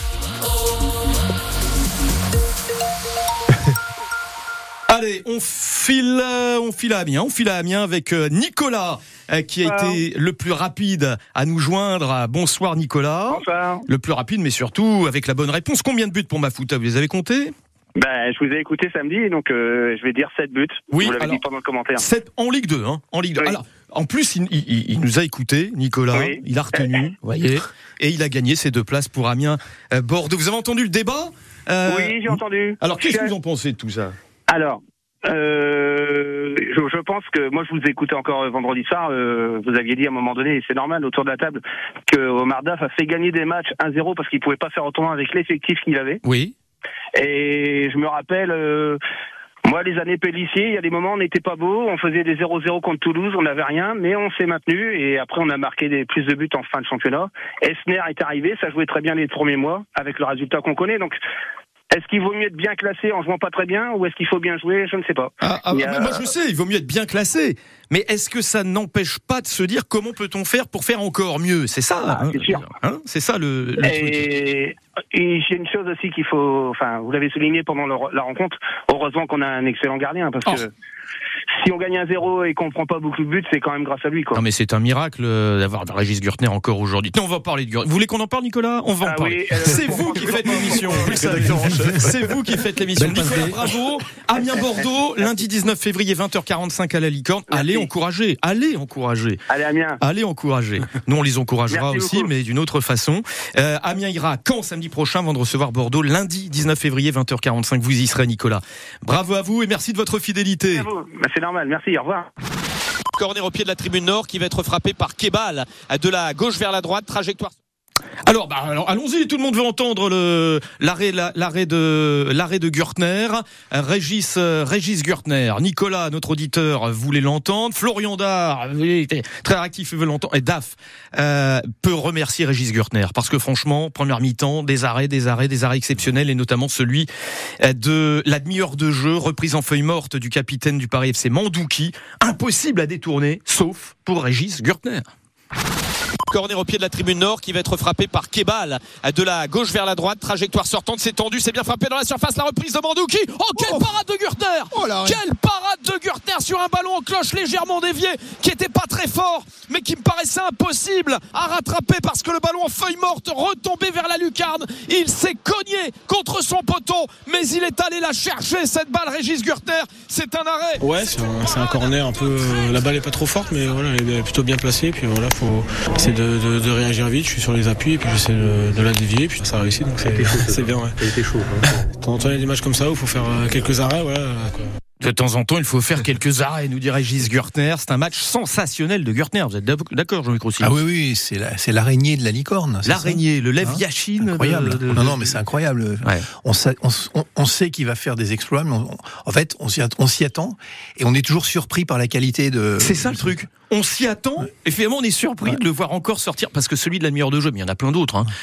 Allez, on file, on file à Amiens, on file à Amiens avec Nicolas, qui a Bonsoir. été le plus rapide à nous joindre. Bonsoir Nicolas. Bonsoir. Le plus rapide, mais surtout avec la bonne réponse. Combien de buts pour Mafuta? Vous les avez comptés? Ben, je vous ai écouté samedi, donc euh, je vais dire sept buts. Oui, vous l'avez alors, dit pendant le commentaire. sept en Ligue deux, hein, en Ligue deux. Oui. Alors, en plus, il, il, il nous a écouté, Nicolas. Oui. Il a retenu, vous voyez, et il a gagné ses deux places pour Amiens euh, Bordeaux. Vous avez entendu le débat? Euh, Oui, j'ai entendu. Alors, qu'est-ce que Je- vous en pensez de tout ça? Alors, euh, je, je pense que moi je vous ai écouté encore euh, vendredi soir. Euh, vous aviez dit à un moment donné, et c'est normal autour de la table, que Omar Daf a fait gagner des matchs un zéro parce qu'il pouvait pas faire autrement avec l'effectif qu'il avait. Oui. Et je me rappelle, euh, moi les années Pélissier, il y a des moments on n'était pas beau, on faisait des zéro zéro contre Toulouse, on n'avait rien, mais on s'est maintenu et après on a marqué des plus de buts en fin de championnat. Esner est arrivé, ça jouait très bien les premiers mois avec le résultat qu'on connaît. Donc est-ce qu'il vaut mieux être bien classé en jouant pas très bien ou est-ce qu'il faut bien jouer? Je ne sais pas. Ah, ah, Il y a- Moi, je sais, il vaut mieux être bien classé. Mais est-ce que ça n'empêche pas de se dire comment peut-on faire pour faire encore mieux? C'est ça, Ah, hein, c'est sûr. hein, c'est ça le, le truc. Et, et j'ai une chose aussi qu'il faut, enfin, vous l'avez souligné pendant le- la rencontre. Heureusement qu'on a un excellent gardien parce que si on gagne un zéro et qu'on prend pas beaucoup de buts, c'est quand même grâce à lui, quoi. Non mais c'est un miracle euh, d'avoir Régis Gürtner encore aujourd'hui. Non, on va parler de Gürtner. Vous voulez qu'on en parle, Nicolas? On va en Ah parler. oui, euh, c'est vous qui faites l'émission. Vous le savez. C'est vous qui faites l'émission. Belle passe Nicolas, D. bravo. Amiens-Bordeaux, lundi dix-neuf février, vingt heures quarante-cinq à la Licorne. Merci. Allez encourager. Allez encourager. Allez, Amiens. Allez encourager. Nous, on les encouragera Merci aussi, beaucoup. mais d'une autre façon. Euh, Amiens ira à Caen samedi prochain avant de recevoir Bordeaux. Lundi dix-neuf février, vingt heures quarante-cinq. Vous y serez, Nicolas. Bravo à vous et merci de votre fidélité. À vous. Bah, c'est normal. Merci. Au revoir. Corner au pied de la tribune nord qui va être frappé par Kebal de la gauche vers la droite, trajectoire. Alors, bah, alors allons-y, tout le monde veut entendre le, l'arrêt, la- l'arrêt de, l'arrêt de Gürtner. Euh, Régis, euh, Régis Gürtner. Nicolas, notre auditeur, voulait l'entendre. Florian Dard, oui, était très réactif, il veut l'entendre. Et Daf, euh, peut remercier Régis Gürtner. Parce que franchement, première mi-temps, des arrêts, des arrêts, des arrêts exceptionnels et notamment celui euh, de la demi-heure de jeu, reprise en feuille morte du capitaine du Paris F C Mandouki. Impossible à détourner, sauf pour Régis Gürtner. Corner au pied de la tribune nord qui va être frappé par Kebal de la gauche vers la droite, trajectoire sortante, c'est tendu, c'est bien frappé dans la surface, la reprise de Mandouki. Oh, quelle parade de Gürtner! Oh là, Quelle parade de Gürtner sur un ballon en cloche légèrement dévié qui était pas très fort mais qui me paraissait impossible à rattraper parce que le ballon en feuille morte retombé vers la lucarne. Il s'est cogné contre son poteau mais il est allé la chercher cette balle. Régis Gürtner, c'est un arrêt. Ouais, c'est un, c'est un corner un peu. euh, la balle est pas trop forte, mais voilà, elle est plutôt bien placée. Puis voilà, faut essayer de, de, de réagir vite. Je suis sur les appuis, et puis j'essaie de, de la dévier, puis ça a réussi. Donc c'est, c'est bien. Ouais. C'était chaud. De temps en temps, il y a des matchs comme ça où il faut faire euh, quelques arrêts. Voilà, quoi. De temps en temps, il faut faire quelques arrêts, nous dit Régis Gürtner. C'est un match sensationnel de Gürtner. Vous êtes d'accord, Jean-Luc Rossi? Ah oui, oui, c'est, la, c'est l'araignée de la licorne. c'est L'araignée, ça le Lev Hein Yashin. Incroyable. De, de, non, non, mais c'est incroyable. Ouais. On, sa- on, on, on sait qu'il va faire des exploits, mais on- en fait, on s'y, at- on s'y attend et on est toujours surpris par la qualité de. C'est ça le truc. On s'y attend et finalement on est surpris Ouais. de le voir encore sortir parce que celui de la demi-heure de jeu, mais il y en a plein d'autres. Hein.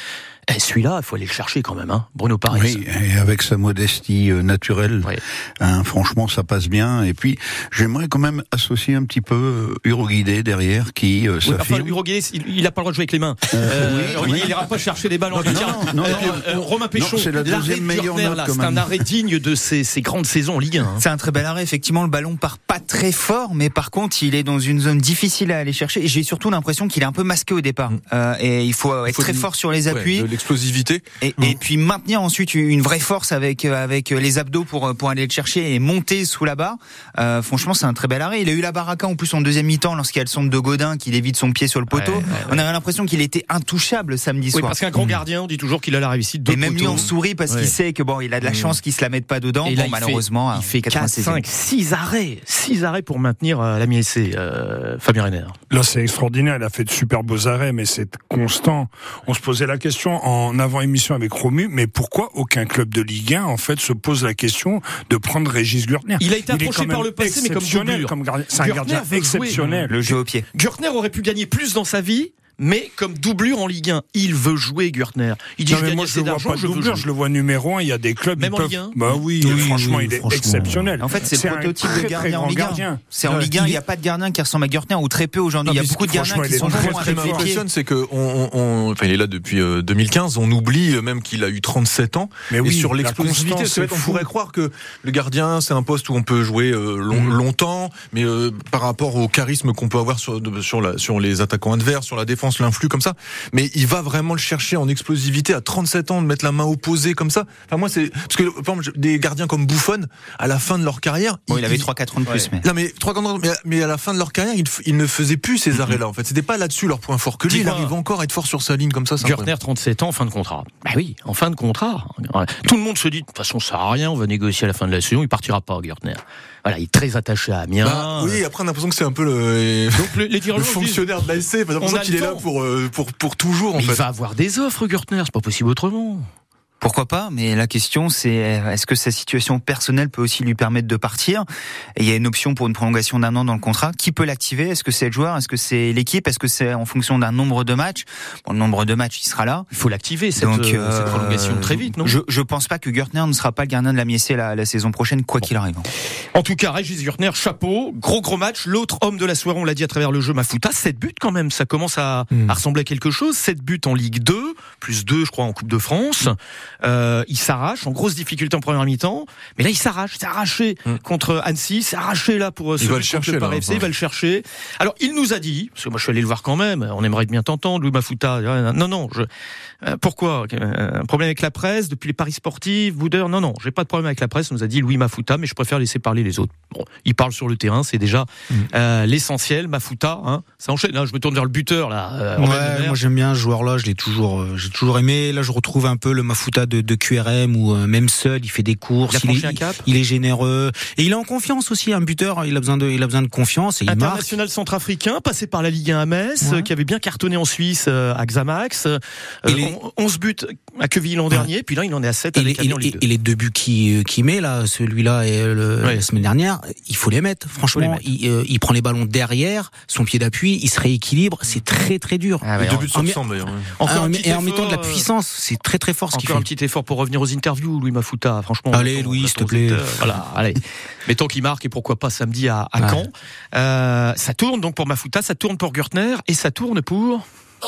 Et celui-là, il faut aller le chercher quand même, hein, Bruno Paresse. Oui, et avec sa modestie euh, naturelle, oui. hein, franchement, ça passe bien. Et puis, j'aimerais quand même associer un petit peu euh, Uroguidé derrière, qui euh, oui, s'affirme. Enfin, Uroguidé, il n'a pas le droit de jouer avec les mains. Euh, euh, oui, oui. Il n'ira pas chercher des ballons. Non, non, non, euh, euh, Romain Péchon, c'est la deuxième meilleure Gürtner, note, là, quand c'est même. un arrêt digne de ses, ses grandes saisons en Ligue un. Hein. C'est un très bel arrêt. Effectivement, le ballon part pas très fort, mais par contre, il est dans une zone difficile à aller chercher. Et j'ai surtout l'impression qu'il est un peu masqué au départ. Mmh. Euh, et il faut être il faut très une... fort sur les appuis. Ouais, de l'explosivité. Et, mmh. et puis maintenir ensuite une vraie force avec avec les abdos pour pour aller le chercher et monter sous la barre. Euh, franchement, c'est un très bel arrêt. Il a eu la baraka en plus en deuxième mi-temps lorsqu'il y a le centre de Godin qui évite son pied sur le poteau. Ouais, ouais, ouais. On avait l'impression qu'il était intouchable samedi soir. Oui, parce qu'un grand gardien, on dit toujours qu'il a la réussite de Et même poteau. lui en sourit parce ouais. qu'il sait que bon, il a de la chance qu'il se la mette pas dedans. Et bon, là, malheureusement, il fait, il fait quatre, cinq, six arrêts, six arrêts pour maintenir euh, la M I S C, euh, Fabien Renner. Là, c'est extraordinaire. Il a fait de super beaux arrêts, mais c'est constant. On se posait la question en avant-émission avec Romu, mais pourquoi aucun club de Ligue un, en fait, se pose la question de prendre Régis Gürtner? Il a été approché par le passé, mais comme doublure. Comme gardien. C'est un gardien exceptionnel. Le jeu au pied. Gürtner aurait pu gagner plus dans sa vie, mais comme doublure en Ligue un, il veut jouer Gürtner. Il dit non, je mais gagne moi assez je le vois d'argent, pas je veux doublure, jouer. je le vois numéro un. Il y a des clubs. Même ils en peuvent... Ligue un. Bah oui, oui franchement, oui, il est franchement. exceptionnel. En fait, c'est, c'est le prototype de gardien en Ligue un. C'est en ouais. Ligue un, il n'y a pas de gardien qui ressemble à Gürtner ou très peu aujourd'hui. Il y a beaucoup de gardiens qui sont bons. Ce qui m'impressionne, c'est que on, on, enfin, il est là depuis euh, deux mille quinze. On oublie même qu'il a eu trente-sept ans. Mais oui, et sur l'explosivité, c'est vrai qu'on pourrait croire que le gardien, c'est un poste où on peut jouer euh, long, mmh. longtemps, mais euh, par rapport au charisme qu'on peut avoir sur sur, la, sur les attaquants adverses, sur la défense, l'influx comme ça. Mais il va vraiment le chercher en explosivité à trente-sept ans, de mettre la main opposée comme ça. Enfin moi c'est parce que par exemple des gardiens comme Buffon à la fin de leur carrière, bon, il, il avait trois quatre ans de plus. Ouais. Mais... Non mais trois quatre ans, mais, mais à la fin de leur carrière, ils il ne faisaient plus ces arrêts-là. En fait, c'était pas là-dessus leur point fort. Que lui, il arrive encore à être fort sur sa ligne comme ça. Gürtner, trente-sept ans, fin de contrat. Bah oui, en fin de contrat. Tout le monde se dit de toute façon ça sert à rien, on va négocier à la fin de la saison, il partira pas Gürtner. Voilà, il est très attaché à Amiens. Bah, oui, après on a l'impression que c'est un peu le, Donc, le, les le fonctionnaire de l'A S C. On a l'impression qu'il est là pour, pour, pour toujours. En mais fait. Il va avoir des offres, Gürtner, c'est pas possible autrement. Pourquoi pas, mais la question c'est est-ce que sa situation personnelle peut aussi lui permettre de partir? Et il y a une option pour une prolongation d'un an dans le contrat. Qui peut l'activer? Est-ce que c'est le joueur? Est-ce que c'est l'équipe? Est-ce que c'est en fonction d'un nombre de matchs? Bon, le nombre de matchs, il sera là. Il faut l'activer, cette, Donc, euh, cette prolongation très vite, non? Je, je pense pas que Gürtner ne sera pas le gardien de la M I S C la, la saison prochaine, quoi bon. qu'il arrive. En tout cas, Régis Gürtner, chapeau, gros gros match. L'autre homme de la soirée, on l'a dit à travers le jeu, Mafuta, sept buts quand même. Ça commence à, mmh. à ressembler à quelque chose. sept buts en Ligue deux, plus deux, je crois, en Coupe de France. Euh, il s'arrache, en grosse difficulté en première mi-temps, mais là il s'arrache, il s'est arraché mmh. contre Annecy, s'est arraché là pour il va le chercher, le Paris F C, il va le chercher. Alors il nous a dit, parce que moi je suis allé le voir quand même, on aimerait bien t'entendre, Louis Mafuta. Non non, je, euh, pourquoi un problème avec la presse depuis les paris sportifs, Boudeur? Non non, j'ai pas de problème avec la presse, nous a dit Louis Mafuta, mais je préfère laisser parler les autres. Bon, il parle sur le terrain, c'est déjà mmh. euh, l'essentiel. Mafuta, hein, ça enchaîne. Là, je me tourne vers le buteur là. Euh, ouais, moi j'aime bien ce joueur-là, je l'ai toujours, euh, j'ai toujours aimé. Là, je retrouve un peu le Mafuta de, de Q R M où euh, même seul, il fait des courses, il, il, est, un cap. il est généreux et il est en confiance aussi. Un buteur, il a besoin de, il a besoin de confiance et il International marque. centrafricain, passé par la Ligue un à Metz, ouais. qui avait bien cartonné en Suisse euh, à Xamax. Euh, les... onze buts à Quevilly l'an ouais. dernier, puis là il en est à sept avec Amiens en Ligue deux. Et les deux buts qu'il, qu'il met là, celui-là et le, ouais. la semaine dernière, il faut les mettre. Franchement, les mettre. Il, euh, il prend les ballons derrière, son pied d'appui, il se rééquilibre. C'est très très dur. Ah, les deux buts se ressemblent d'ailleurs. Encore un et en mettant de la puissance, c'est très très fort ce qu'il fait. Encore un petit effort pour revenir aux interviews, Louis Mafuta. Franchement. Allez, Louis, s'il te plaît. Voilà, allez. Mettons qu'il marque et pourquoi pas samedi à, à ouais. Caen. Euh, ça tourne donc pour Mafuta, ça tourne pour Gürtner et ça tourne pour.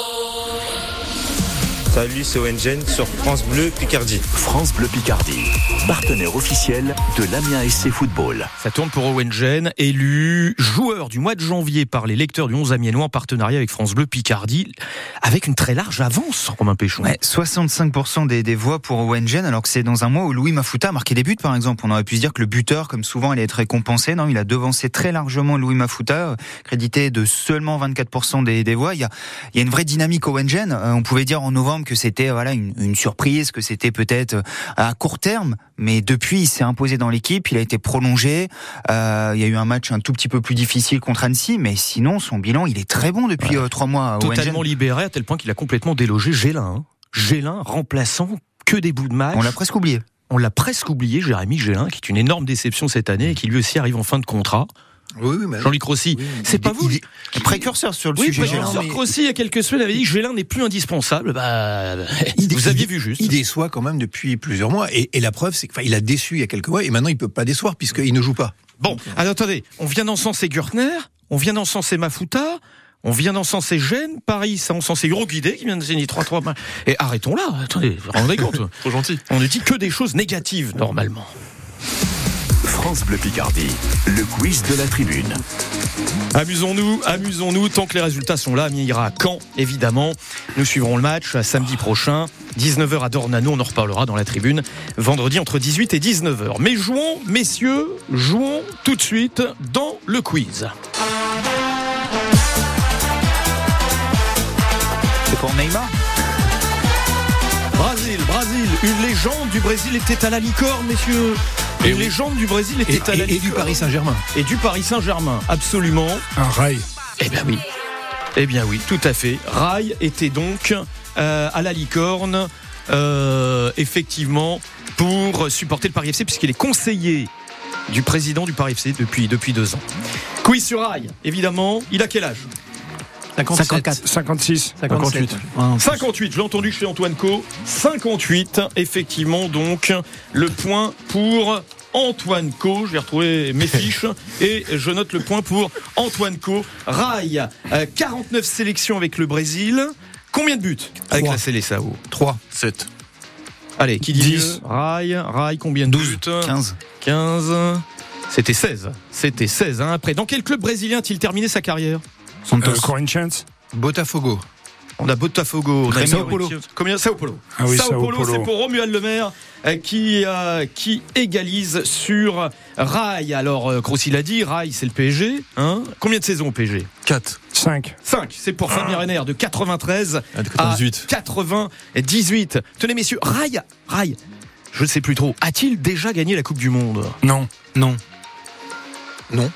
Salut, c'est Owen sur France Bleu Picardie. France Bleu Picardie, partenaire officiel de l'Amiens S C Football. Ça tourne pour Owen Gen, élu joueur du mois de janvier par les lecteurs du onze amiénois en partenariat avec France Bleu Picardie, avec une très large avance, Romain Péchon. Ouais, soixante-cinq pour cent des, des voix pour Owen Gen, alors que c'est dans un mois où Louis Mafuta a marqué des buts, par exemple. On aurait pu se dire que le buteur, comme souvent, allait être récompensé. Non, il a devancé très largement Louis Mafuta, crédité de seulement vingt-quatre pour cent des, des voix. Il y a, il y a une vraie dynamique Owen Gen. On pouvait dire en novembre que c'était voilà une, une surprise, que c'était peut-être à court terme, mais depuis il s'est imposé dans l'équipe, il a été prolongé. Euh, il y a eu un match un tout petit peu plus difficile contre Annecy, mais sinon son bilan il est très bon depuis ouais. euh, trois mois. Totalement libéré à tel point qu'il a complètement délogé Gélin. Hein. Gélin remplaçant que des bouts de match. On l'a presque oublié. On l'a presque oublié, Jérémy Gélin, qui est une énorme déception cette année et qui lui aussi arrive en fin de contrat. Oui, oui, mais Jean-Luc Rossi, oui, c'est il pas est- vous. il est- Précurseur sur le Oui, sujet. précurseur mais- Rossi, il y a quelques semaines, avait dit que Gélin n'est plus indispensable. Bah, Il- vous il- aviez vu juste. Il déçoit quand même depuis plusieurs mois. Et, et la preuve, c'est qu'il a déçu il y a quelques mois et maintenant il peut pas décevoir puisqu'il ne joue pas. Bon, alors attendez, on vient d'encenser Gürtner, on vient d'encenser Mafuta, on vient d'encenser Gênes, Paris, ça encenser Euroguidé qui vient de signer trois trois. Et arrêtons là, attendez, vous vous rendez compte? Trop gentil. On ne dit que des choses négatives, normalement. France Bleu Picardie, le quiz de la tribune. Amusons-nous, amusons-nous, tant que les résultats sont là, Amiens ira à Caen, évidemment. Nous suivrons le match samedi prochain, dix-neuf heures à Dornano, on en reparlera dans la tribune, vendredi entre dix-huit et dix-neuf heures. Mais jouons, messieurs, jouons tout de suite dans le quiz. C'est pour Neymar. Brésil, Brésil, une légende du Brésil était à la licorne, messieurs. Une légende du Brésil était Et, à la et- et licorne. du Paris Saint-Germain. Et du Paris Saint-Germain, absolument. Un rail. Eh bien oui. Eh bien oui, tout à fait. Rai était donc euh, à la licorne, euh, effectivement, pour supporter le Paris F C, puisqu'il est conseiller du président du Paris F C depuis, depuis deux ans. Quiz sur Rai, évidemment. Il a quel âge? cinquante-quatre. cinquante-six. cinquante-huit. cinquante-huit, je l'ai entendu chez Antoine Co. cinquante-huit, effectivement, donc, le point pour Antoine Co. Je vais retrouver mes fiches et je note le point pour Antoine Co. Rai, euh, quarante-neuf sélections avec le Brésil. Combien de buts avec Trois. la Seleção? trois. sept. Allez, qui dit dix. mieux? Rai, Rai, combien de douze, buts? quinze. quinze. C'était seize. C'était seize, hein. Après, dans quel club brésilien a-t-il terminé sa carrière? Euh, Corinthians. Botafogo. On a Botafogo, on a Sao Paulo. Combien? Sao Paulo. Ah oui, Sao Sao Paulo, Paulo. c'est pour Romuald Le Maire euh, qui euh, qui égalise sur Rai. Alors euh, Crossi l'a dit, Rai c'est le P S G. Hein, combien de saisons au P S G? quatre. cinq. cinq. C'est pour Fabien Renner de quatre-vingt-treize Ah, de quatre-vingt-dix-huit. à quatre-vingt-dix-huit. Tenez messieurs, Rai, Rai, je ne sais plus trop. A-t-il déjà gagné la Coupe du Monde? Non. Non. Non.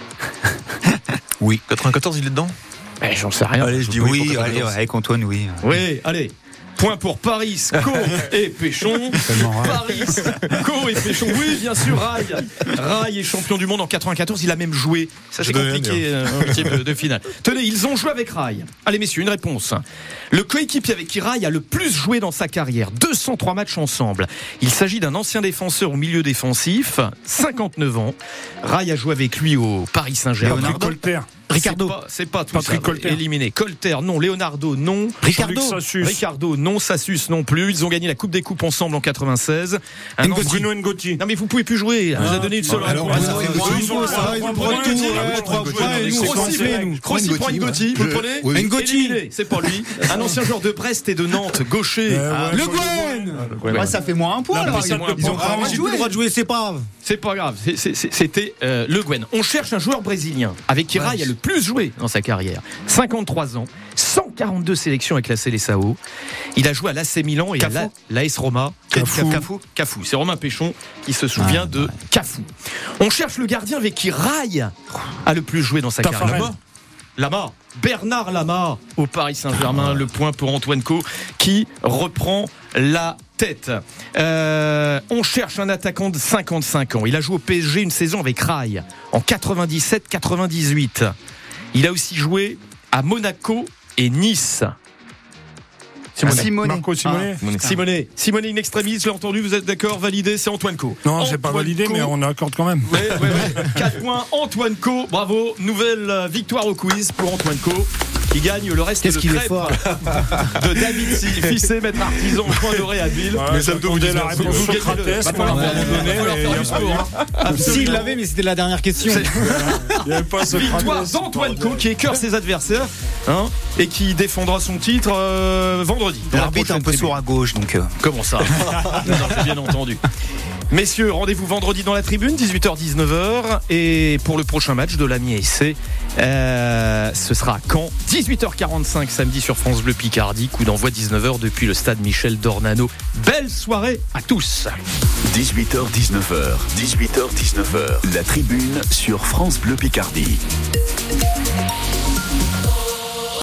Oui. quatre-vingt-quatorze, il est dedans? Eh, j'en sais rien. Allez, je dis oui. Oui, pour allez, quatre-vingt-quatorze. ouais, avec Antoine, oui. Oui, allez. Point pour Paris, Co et Péchon. Paris, Co et Péchon. Oui, bien sûr, Rai. Rai est champion du monde en quatre-vingt-quatorze. Il a même joué. Ça, c'est Je devais compliqué euh, en huitième de, de finale. Tenez, ils ont joué avec Rai. Allez, messieurs, une réponse. Le coéquipier avec qui Rai a le plus joué dans sa carrière, deux cent trois matchs ensemble. Il s'agit d'un ancien défenseur au milieu défensif, cinquante-neuf ans. Rai a joué avec lui au Paris Saint-Germain. Patrick Colter. Ricardo. C'est pas, c'est pas tout Patrick ça. Colter. Éliminé. Colter, non. Leonardo, non. Ricardo. Jean-Luc Sassus. Ricardo, non. Sassus, non plus. Ils ont gagné la Coupe des Coupes ensemble en quatre-vingt-seize. Un Ngotti. an- Bruno Ngotti. Non, mais vous pouvez plus jouer. On vous a donné une seule alors, réponse. alors, Ah, alors, ils ont- alors, ça, alors, ils ont alors, pris alors, Ngotti. alors, Ouais, alors, trois alors, joueurs. alors, Nous, alors, Crossi, alors, nous. alors, Crossi alors, prend alors, Ngotti. Vous le alors, prenez oui. Ngotti. Éliminé. C'est pas lui. Un ancien joueur de Brest et de Nantes, gaucher. Euh, Ah, ouais, Le faut Gwen. Ouais, ça fait moins un point, Non, alors. mais c'est moins un Ils ont point. pas le droit de jouer, c'est pas grave. C'est pas grave, c'est- c'est- c'est- c'était euh, Le Guen. On cherche un joueur brésilien avec qui Rai a le plus joué dans sa carrière. cinquante-trois ans, cent quarante-deux sélections avec la Seleção. Il a joué à l'A C Milan et Cafu. à l'A S Roma. Cafu. Cafu. Cafu. C'est Romain Péchon qui se souvient Ah, de Cafu. On cherche le gardien avec qui Rai a le plus joué dans sa Taffarel. carrière. Lama, Bernard Lama au Paris Saint-Germain, le point pour Antoine Co qui reprend la tête. Euh, on cherche un attaquant de cinquante-cinq ans. Il a joué au P S G une saison avec Rai en quatre-vingt-dix-sept quatre-vingt-dix-huit. Il a aussi joué à Monaco et Nice. Simone. Marco Simone. Ah, Simonet, Simonet in extremis, je l'ai entendu, vous êtes d'accord, validé, c'est Antoine Co. Non, c'est pas Antoine validé, Co. mais on accorde quand même. Ouais, ouais, ouais. quatre points, Antoine Co. Bravo, nouvelle euh, victoire au quiz pour Antoine Co. Qui gagne le reste Qu'est-ce de qu'il est crêpes fort. de David Fissé, maître artisan au point doré à Ville. Ouais, mais ça me j'attendais la vous- réponse vous gagnez Socrates, le- va falloir mais à un faire- moment donné, va falloir mais faire il y du a sport. hein. Absolument. S'il l'avait, mais c'était la dernière question. C'est- Il y avait pas ce Victoire d'Antoine Co qui écœure ses adversaires hein, et qui défendra son titre euh, vendredi. dans la L'arbitre est un prochaine peu tribune. sourd à gauche, donc. euh, Comment ça Non, non, j'ai bien entendu. Messieurs, rendez-vous vendredi dans la tribune, dix-huit heures dix-neuf heures. Et pour le prochain match de l'Amiens S C, euh, ce sera à Caen, dix-huit heures quarante-cinq samedi sur France Bleu Picardie. Coup d'envoi dix-neuf heures depuis le stade Michel Dornano. Belle soirée à tous. dix-huit heures dix-neuf heures. dix-huit heures dix-neuf heures. La tribune sur France Bleu Picardie.